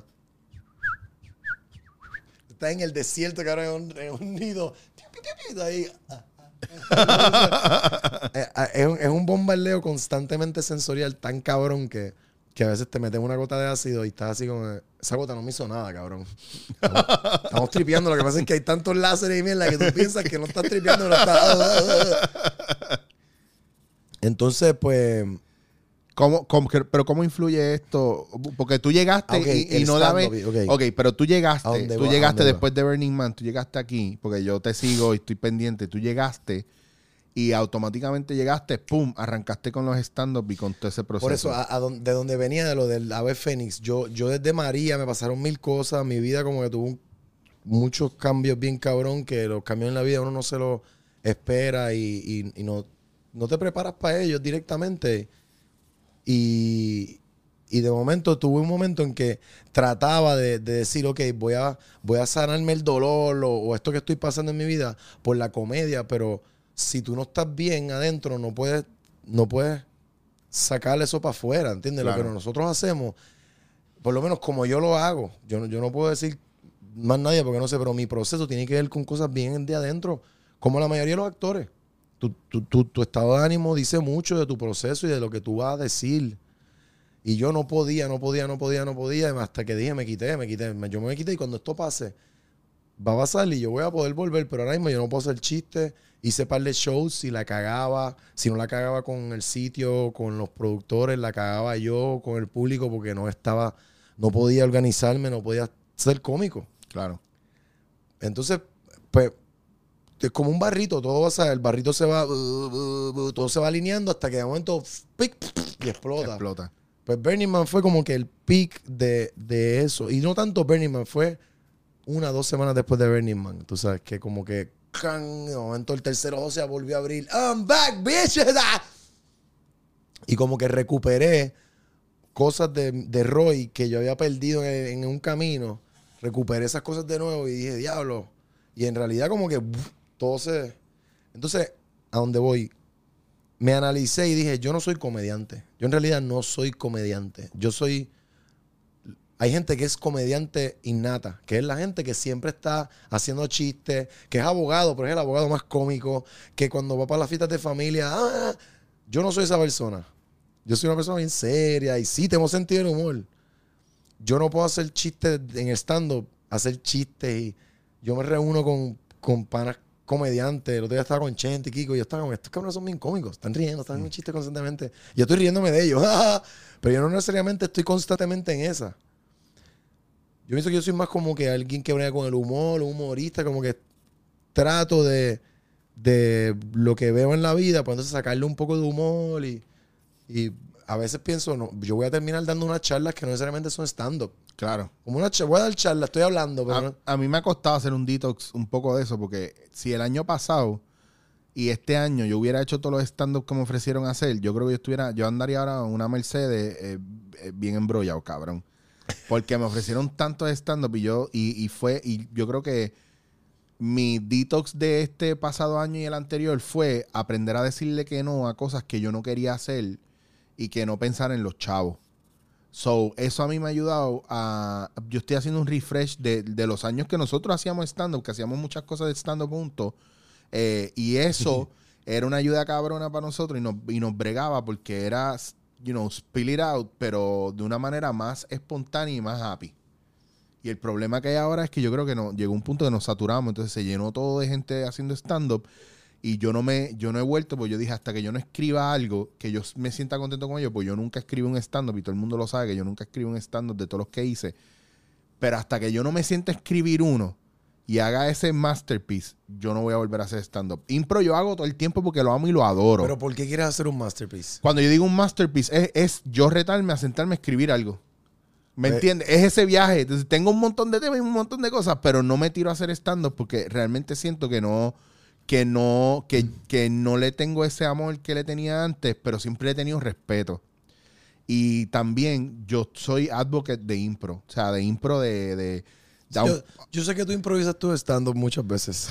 tú estás en el desierto, cabrón, en un, en un nido. Y tú ahí, ah, ah. Eh, ah, es, un, es un bombardeo constantemente sensorial tan cabrón que, que a veces te meten una gota de ácido y estás así como, esa gota no me hizo nada, cabrón. Estamos, estamos tripeando, lo que pasa es que hay tantos láseres y mierda que tú piensas que no estás tripeando, pero estás... Entonces, pues... ¿Cómo, cómo- que- pero ¿cómo influye esto? Porque tú llegaste Ah, ok, y, y el no dame... stand-up, ok. ok, pero tú ¿A llegaste, dónde tú va? ¿A llegaste dónde va? después de Burning Man, tú llegaste aquí, porque yo te sigo y estoy pendiente, tú llegaste y automáticamente llegaste, pum, arrancaste con los stand-up y con todo ese proceso. Por eso, a, a don- de donde venía de lo del ave fénix, yo, yo desde María me pasaron mil cosas, mi vida como que tuvo un- muchos cambios bien cabrón, que los cambios en la vida uno no se los espera y, y- y no, no te preparas para ellos directamente. Y, y de momento tuve un momento en que trataba de, de decir, ok, voy a, voy a sanarme el dolor o, o esto que estoy pasando en mi vida por la comedia, pero si tú no estás bien adentro, no puedes, no puedes sacarle eso para afuera, ¿entiendes? Claro. Lo que nosotros hacemos, por lo menos como yo lo hago, yo, no- yo no puedo decir más nadie porque no sé, pero mi proceso tiene que ver con cosas bien de adentro, como la mayoría de los actores. Tu, tu, tu, tu estado de ánimo dice mucho de tu proceso y de lo que tú vas a decir. Y yo no podía, no podía, no podía, no podía, hasta que dije, me quité, me quité. Me- Yo me quité y cuando esto pase, va a pasar y yo voy a poder volver, pero ahora mismo yo no puedo hacer chistes. Hice par de shows, si la cagaba, si no la cagaba con el sitio, con los productores, la cagaba yo, con el público, porque no estaba, no podía organizarme, no podía ser cómico. Claro. Entonces, pues, es como un barrito, todo va a ser, el barrito se va, uh, uh, uh, todo se va alineando hasta que de momento, pic, y explota. Explota. Pues Burning Man fue como que el peak de, de eso. Y no tanto Burning Man, fue una o dos semanas después de Burning Man. Tú sabes que como que ¡can! De momento el tercero ojo se volvió a abrir. I'm back, bitches. Ah. Y como que recuperé cosas de, de Roy que yo había perdido en, en un camino. Recuperé esas cosas de nuevo y dije, diablo. Y en realidad como que uf, todo se... Entonces, ¿a dónde voy? Me analicé y dije, yo no soy comediante. Yo en realidad no soy comediante. Yo soy... Hay gente que es comediante innata, que es la gente que siempre está haciendo chistes, que es abogado, pero es el abogado más cómico, que cuando va para las fiestas de familia, ah, yo no soy esa persona. Yo soy una persona bien seria y sí, tengo sentido del humor. Yo no puedo hacer chistes en el stand-up, hacer chistes y yo me reúno con, con panas comediantes. El otro día estaba con Chente y Kiko y yo estaba con estos cabrones son bien cómicos, están riendo, están haciendo chistes constantemente. Yo estoy riéndome de ellos, pero yo no necesariamente estoy constantemente en esa. Yo pienso que yo soy más como que alguien que brega con el humor, un humorista, como que trato de, de lo que veo en la vida, pues entonces sacarle un poco de humor y, y a veces pienso, no, yo voy a terminar dando unas charlas que no necesariamente son stand-up. Claro. Como una charla, voy a dar charlas, estoy hablando, pero A, no. a mí me ha costado hacer un detox un poco de eso, porque si el año pasado y este año yo hubiera hecho todos los stand-up que me ofrecieron hacer, yo creo que yo estuviera, yo andaría ahora en una Mercedes eh, eh, bien embrollado, cabrón. Porque me ofrecieron tantos stand-up y yo, y, y fue, y yo creo que mi detox de este pasado año y el anterior fue aprender a decirle que no a cosas que yo no quería hacer y que no pensar en los chavos. So, eso a mí me ha ayudado a... Yo estoy haciendo un refresh de, de los años que nosotros hacíamos stand-up, que hacíamos muchas cosas de stand-up juntos. Eh, y eso era una ayuda cabrona para nosotros y nos, y nos bregaba porque era... you know, spill it out, pero de una manera más espontánea y más happy. Y el problema que hay ahora es que yo creo que no, llegó un punto que nos saturamos, entonces se llenó todo de gente haciendo stand-up y yo no me, yo no he vuelto, porque yo dije, hasta que yo no escriba algo, que yo me sienta contento con ello, pues yo nunca escribo un stand-up y todo el mundo lo sabe que yo nunca escribo un stand-up de todos los que hice. Pero hasta que yo no me sienta a escribir uno y haga ese masterpiece, yo no voy a volver a hacer stand-up. Impro yo hago todo el tiempo porque lo amo y lo adoro. Pero ¿por qué quieres hacer un masterpiece? Cuando yo digo un masterpiece, es, es yo retarme a sentarme a escribir algo. ¿Me Eh. entiendes? Es ese viaje. Entonces, tengo un montón de temas y un montón de cosas, pero no me tiro a hacer stand-up porque realmente siento que no, que no, que, que no le tengo ese amor que le tenía antes, pero siempre he tenido respeto. Y también yo soy advocate de impro. O sea, de impro de... de Yo, yo sé que tú improvisas tu stand-up muchas veces.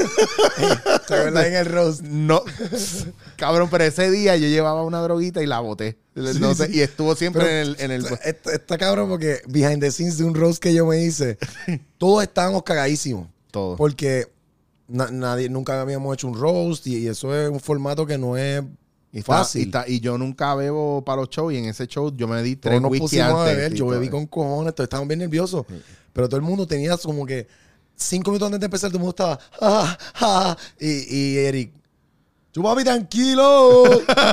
¿Te acuerdas en el roast? No, cabrón, pero ese día yo llevaba una droguita y la boté. No sé, sí. y estuvo siempre Pero en el... En el está, está- está cabrón porque behind the scenes de un roast que yo me hice, todos estábamos cagadísimos. todo. Porque na- nadie, nunca habíamos hecho un roast y, y eso es un formato que no es Y, está- fácil. y, está- y yo nunca bebo para los shows y en ese show yo me di Todos tres nos whisky pusimos a antes. beber, y yo todo. bebí con cojones, todos estábamos bien nerviosos. Pero todo el mundo tenía como que cinco minutos antes de empezar, todo el mundo estaba, ah, ah, y, y Eric, yo papi, tranquilo.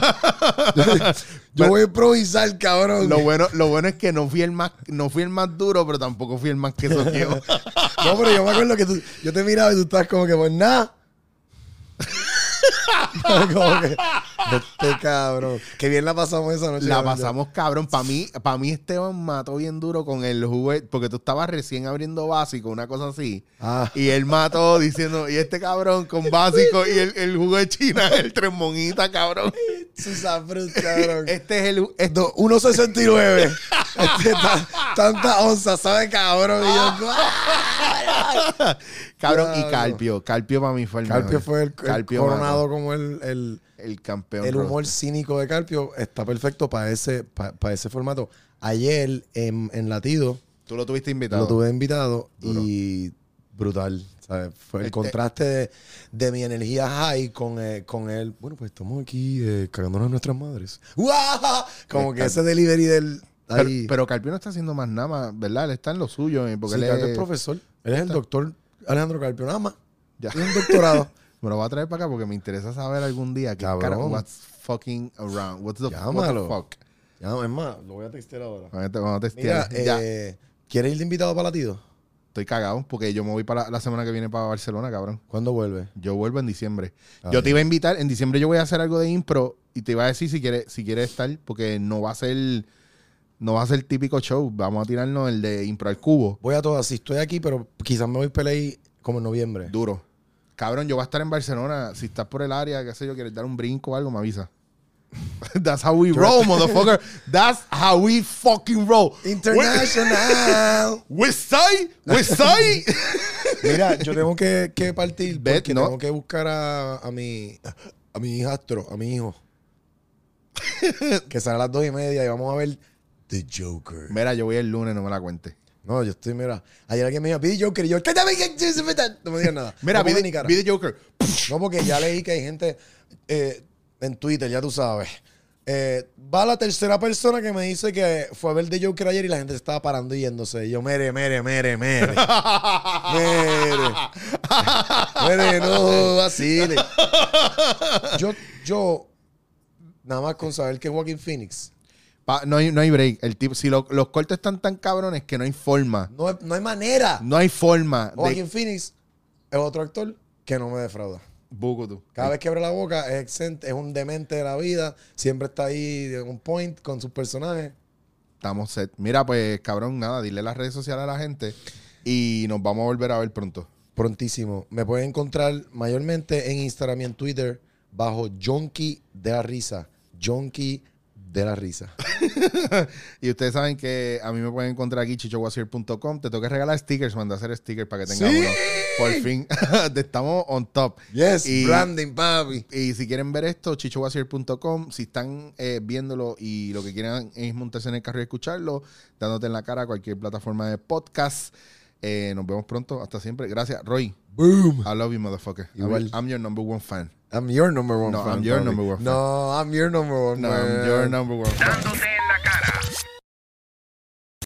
Yo voy a improvisar, cabrón. Lo bueno, lo bueno es que no fui el más, no fui el más duro, pero tampoco fui el más que soqueo. No, pero yo me acuerdo que tú, yo te miraba y tú estabas como que, pues nada. Como que, este cabrón. Qué bien la pasamos esa noche. La cabrón. pasamos cabrón. Para mí, para mí Esteban mató bien duro con el jugo, porque tú estabas recién abriendo básico, una cosa así. Ah. Y él mató diciendo, y este cabrón con básico y el, el jugo de China, el tres monjitas, cabrón. Susan Fruit, cabrón. Este es el... este- No, uno sesenta y nueve. Este, ta- tanta onza, ¿sabe, cabrón? Y yo, Cabrón, y Claro. Carpio. Carpio para mí fue el Carpio mejor. fue el, el Carpio coronado mató. como el, el, El campeón. el humor roster. cínico de Carpio. Está perfecto para ese, pa- para ese formato. Ayer en, en Latido Tú lo tuviste invitado. lo tuve invitado Duro. y brutal. ¿Sabes? Fue el Este- contraste de, de mi energía high con, eh, con él. Bueno, pues estamos aquí eh, cagándonos a nuestras madres. ¡Guau! Como que ese delivery del... Pero, ahí. pero Carpio no está haciendo más nada más, ¿verdad? Él está en lo suyo. eh, Porque Sí, él Carpio es... es profesor. Él es el doctor Alejandro Carpio, nada más. Ya. Tiene un doctorado. Me lo voy a traer para acá porque me interesa saber algún día qué Cabrón. cara, what's fucking around. What's the, what the Llámalo. fuck. Ya, es más, lo voy a textear ahora. Vamos a- vamos a Mira, testear. Ya. eh, ¿quieres ir de invitado para Latido? Estoy cagado porque yo me voy para la, la semana que viene para Barcelona, cabrón. ¿Cuándo vuelve? Yo vuelvo en diciembre. Ah, yo te bien. iba a invitar. En diciembre yo voy a hacer algo de impro y te iba a decir si quieres si quieres estar porque no va a ser... No va a ser el típico show. Vamos a tirarnos el de Impro al Cubo. Voy a todas. Sí, estoy aquí, pero quizás me voy a pelear como en noviembre. Duro. Cabrón, yo voy a estar en Barcelona. Si estás por el área, qué sé yo, quieres dar un brinco o algo, me avisa. That's how we roll, motherfucker. That's how we fucking roll. International. West Side, West Side. Mira, yo tengo que, que partir Bet, porque no. tengo que buscar a, a mi a mi hijastro, a mi hijo. Que sale a las dos y media y vamos a ver The Joker. Mira, yo voy el lunes, no me la cuente. No, yo estoy, mira. Ayer alguien me dijo, vi The Joker y yo, ¿qué te No me digas nada. Mira, no vi, pongas the, ni cara. vi The Joker. No, porque ya leí que hay gente eh, en Twitter, ya tú sabes. Eh, va la tercera persona que me dice que fue a ver The Joker ayer y la gente se estaba parando y yéndose. Y yo, mere, mere, mere, mere. mere. mere, no, vacile. Yo, yo, nada más con saber que es Joaquin Phoenix. Pa, no, hay, no hay break. El tipo, si lo, los cortes están tan cabrones que no hay forma. No, no hay manera. No hay forma. Joaquin De... Phoenix es otro actor que no me defrauda. Buco, Cada vez que abre la boca es exente, es un demente de la vida. Siempre está ahí en un point con sus personajes. Estamos set. Mira, pues, cabrón, nada, dile las redes sociales a la gente y nos vamos a volver a ver pronto. Prontísimo. Me pueden encontrar mayormente en Instagram y en Twitter bajo Jonky de la Risa. Jonky de la Risa. Y ustedes saben que a mí me pueden encontrar aquí, chicho wasier punto com. Te tengo que regalar stickers, mandar a hacer stickers para que tengas ¡Sí! uno. Por fin, estamos on top. Yes, Y- branding, papi. Y si quieren ver esto, chicho wasier punto com. Si están eh, viéndolo y lo que quieran es montarse en el carro y escucharlo, dándote en la cara a cualquier plataforma de podcast. Eh, nos vemos pronto. Hasta siempre. Gracias, Roy. Boom. I love you, motherfucker. Igual. I'm, I'm your number one fan. I'm your number one No, fan. I'm your papi. number one fan. No, I'm your number one No, man. I'm your number one fan. Dándote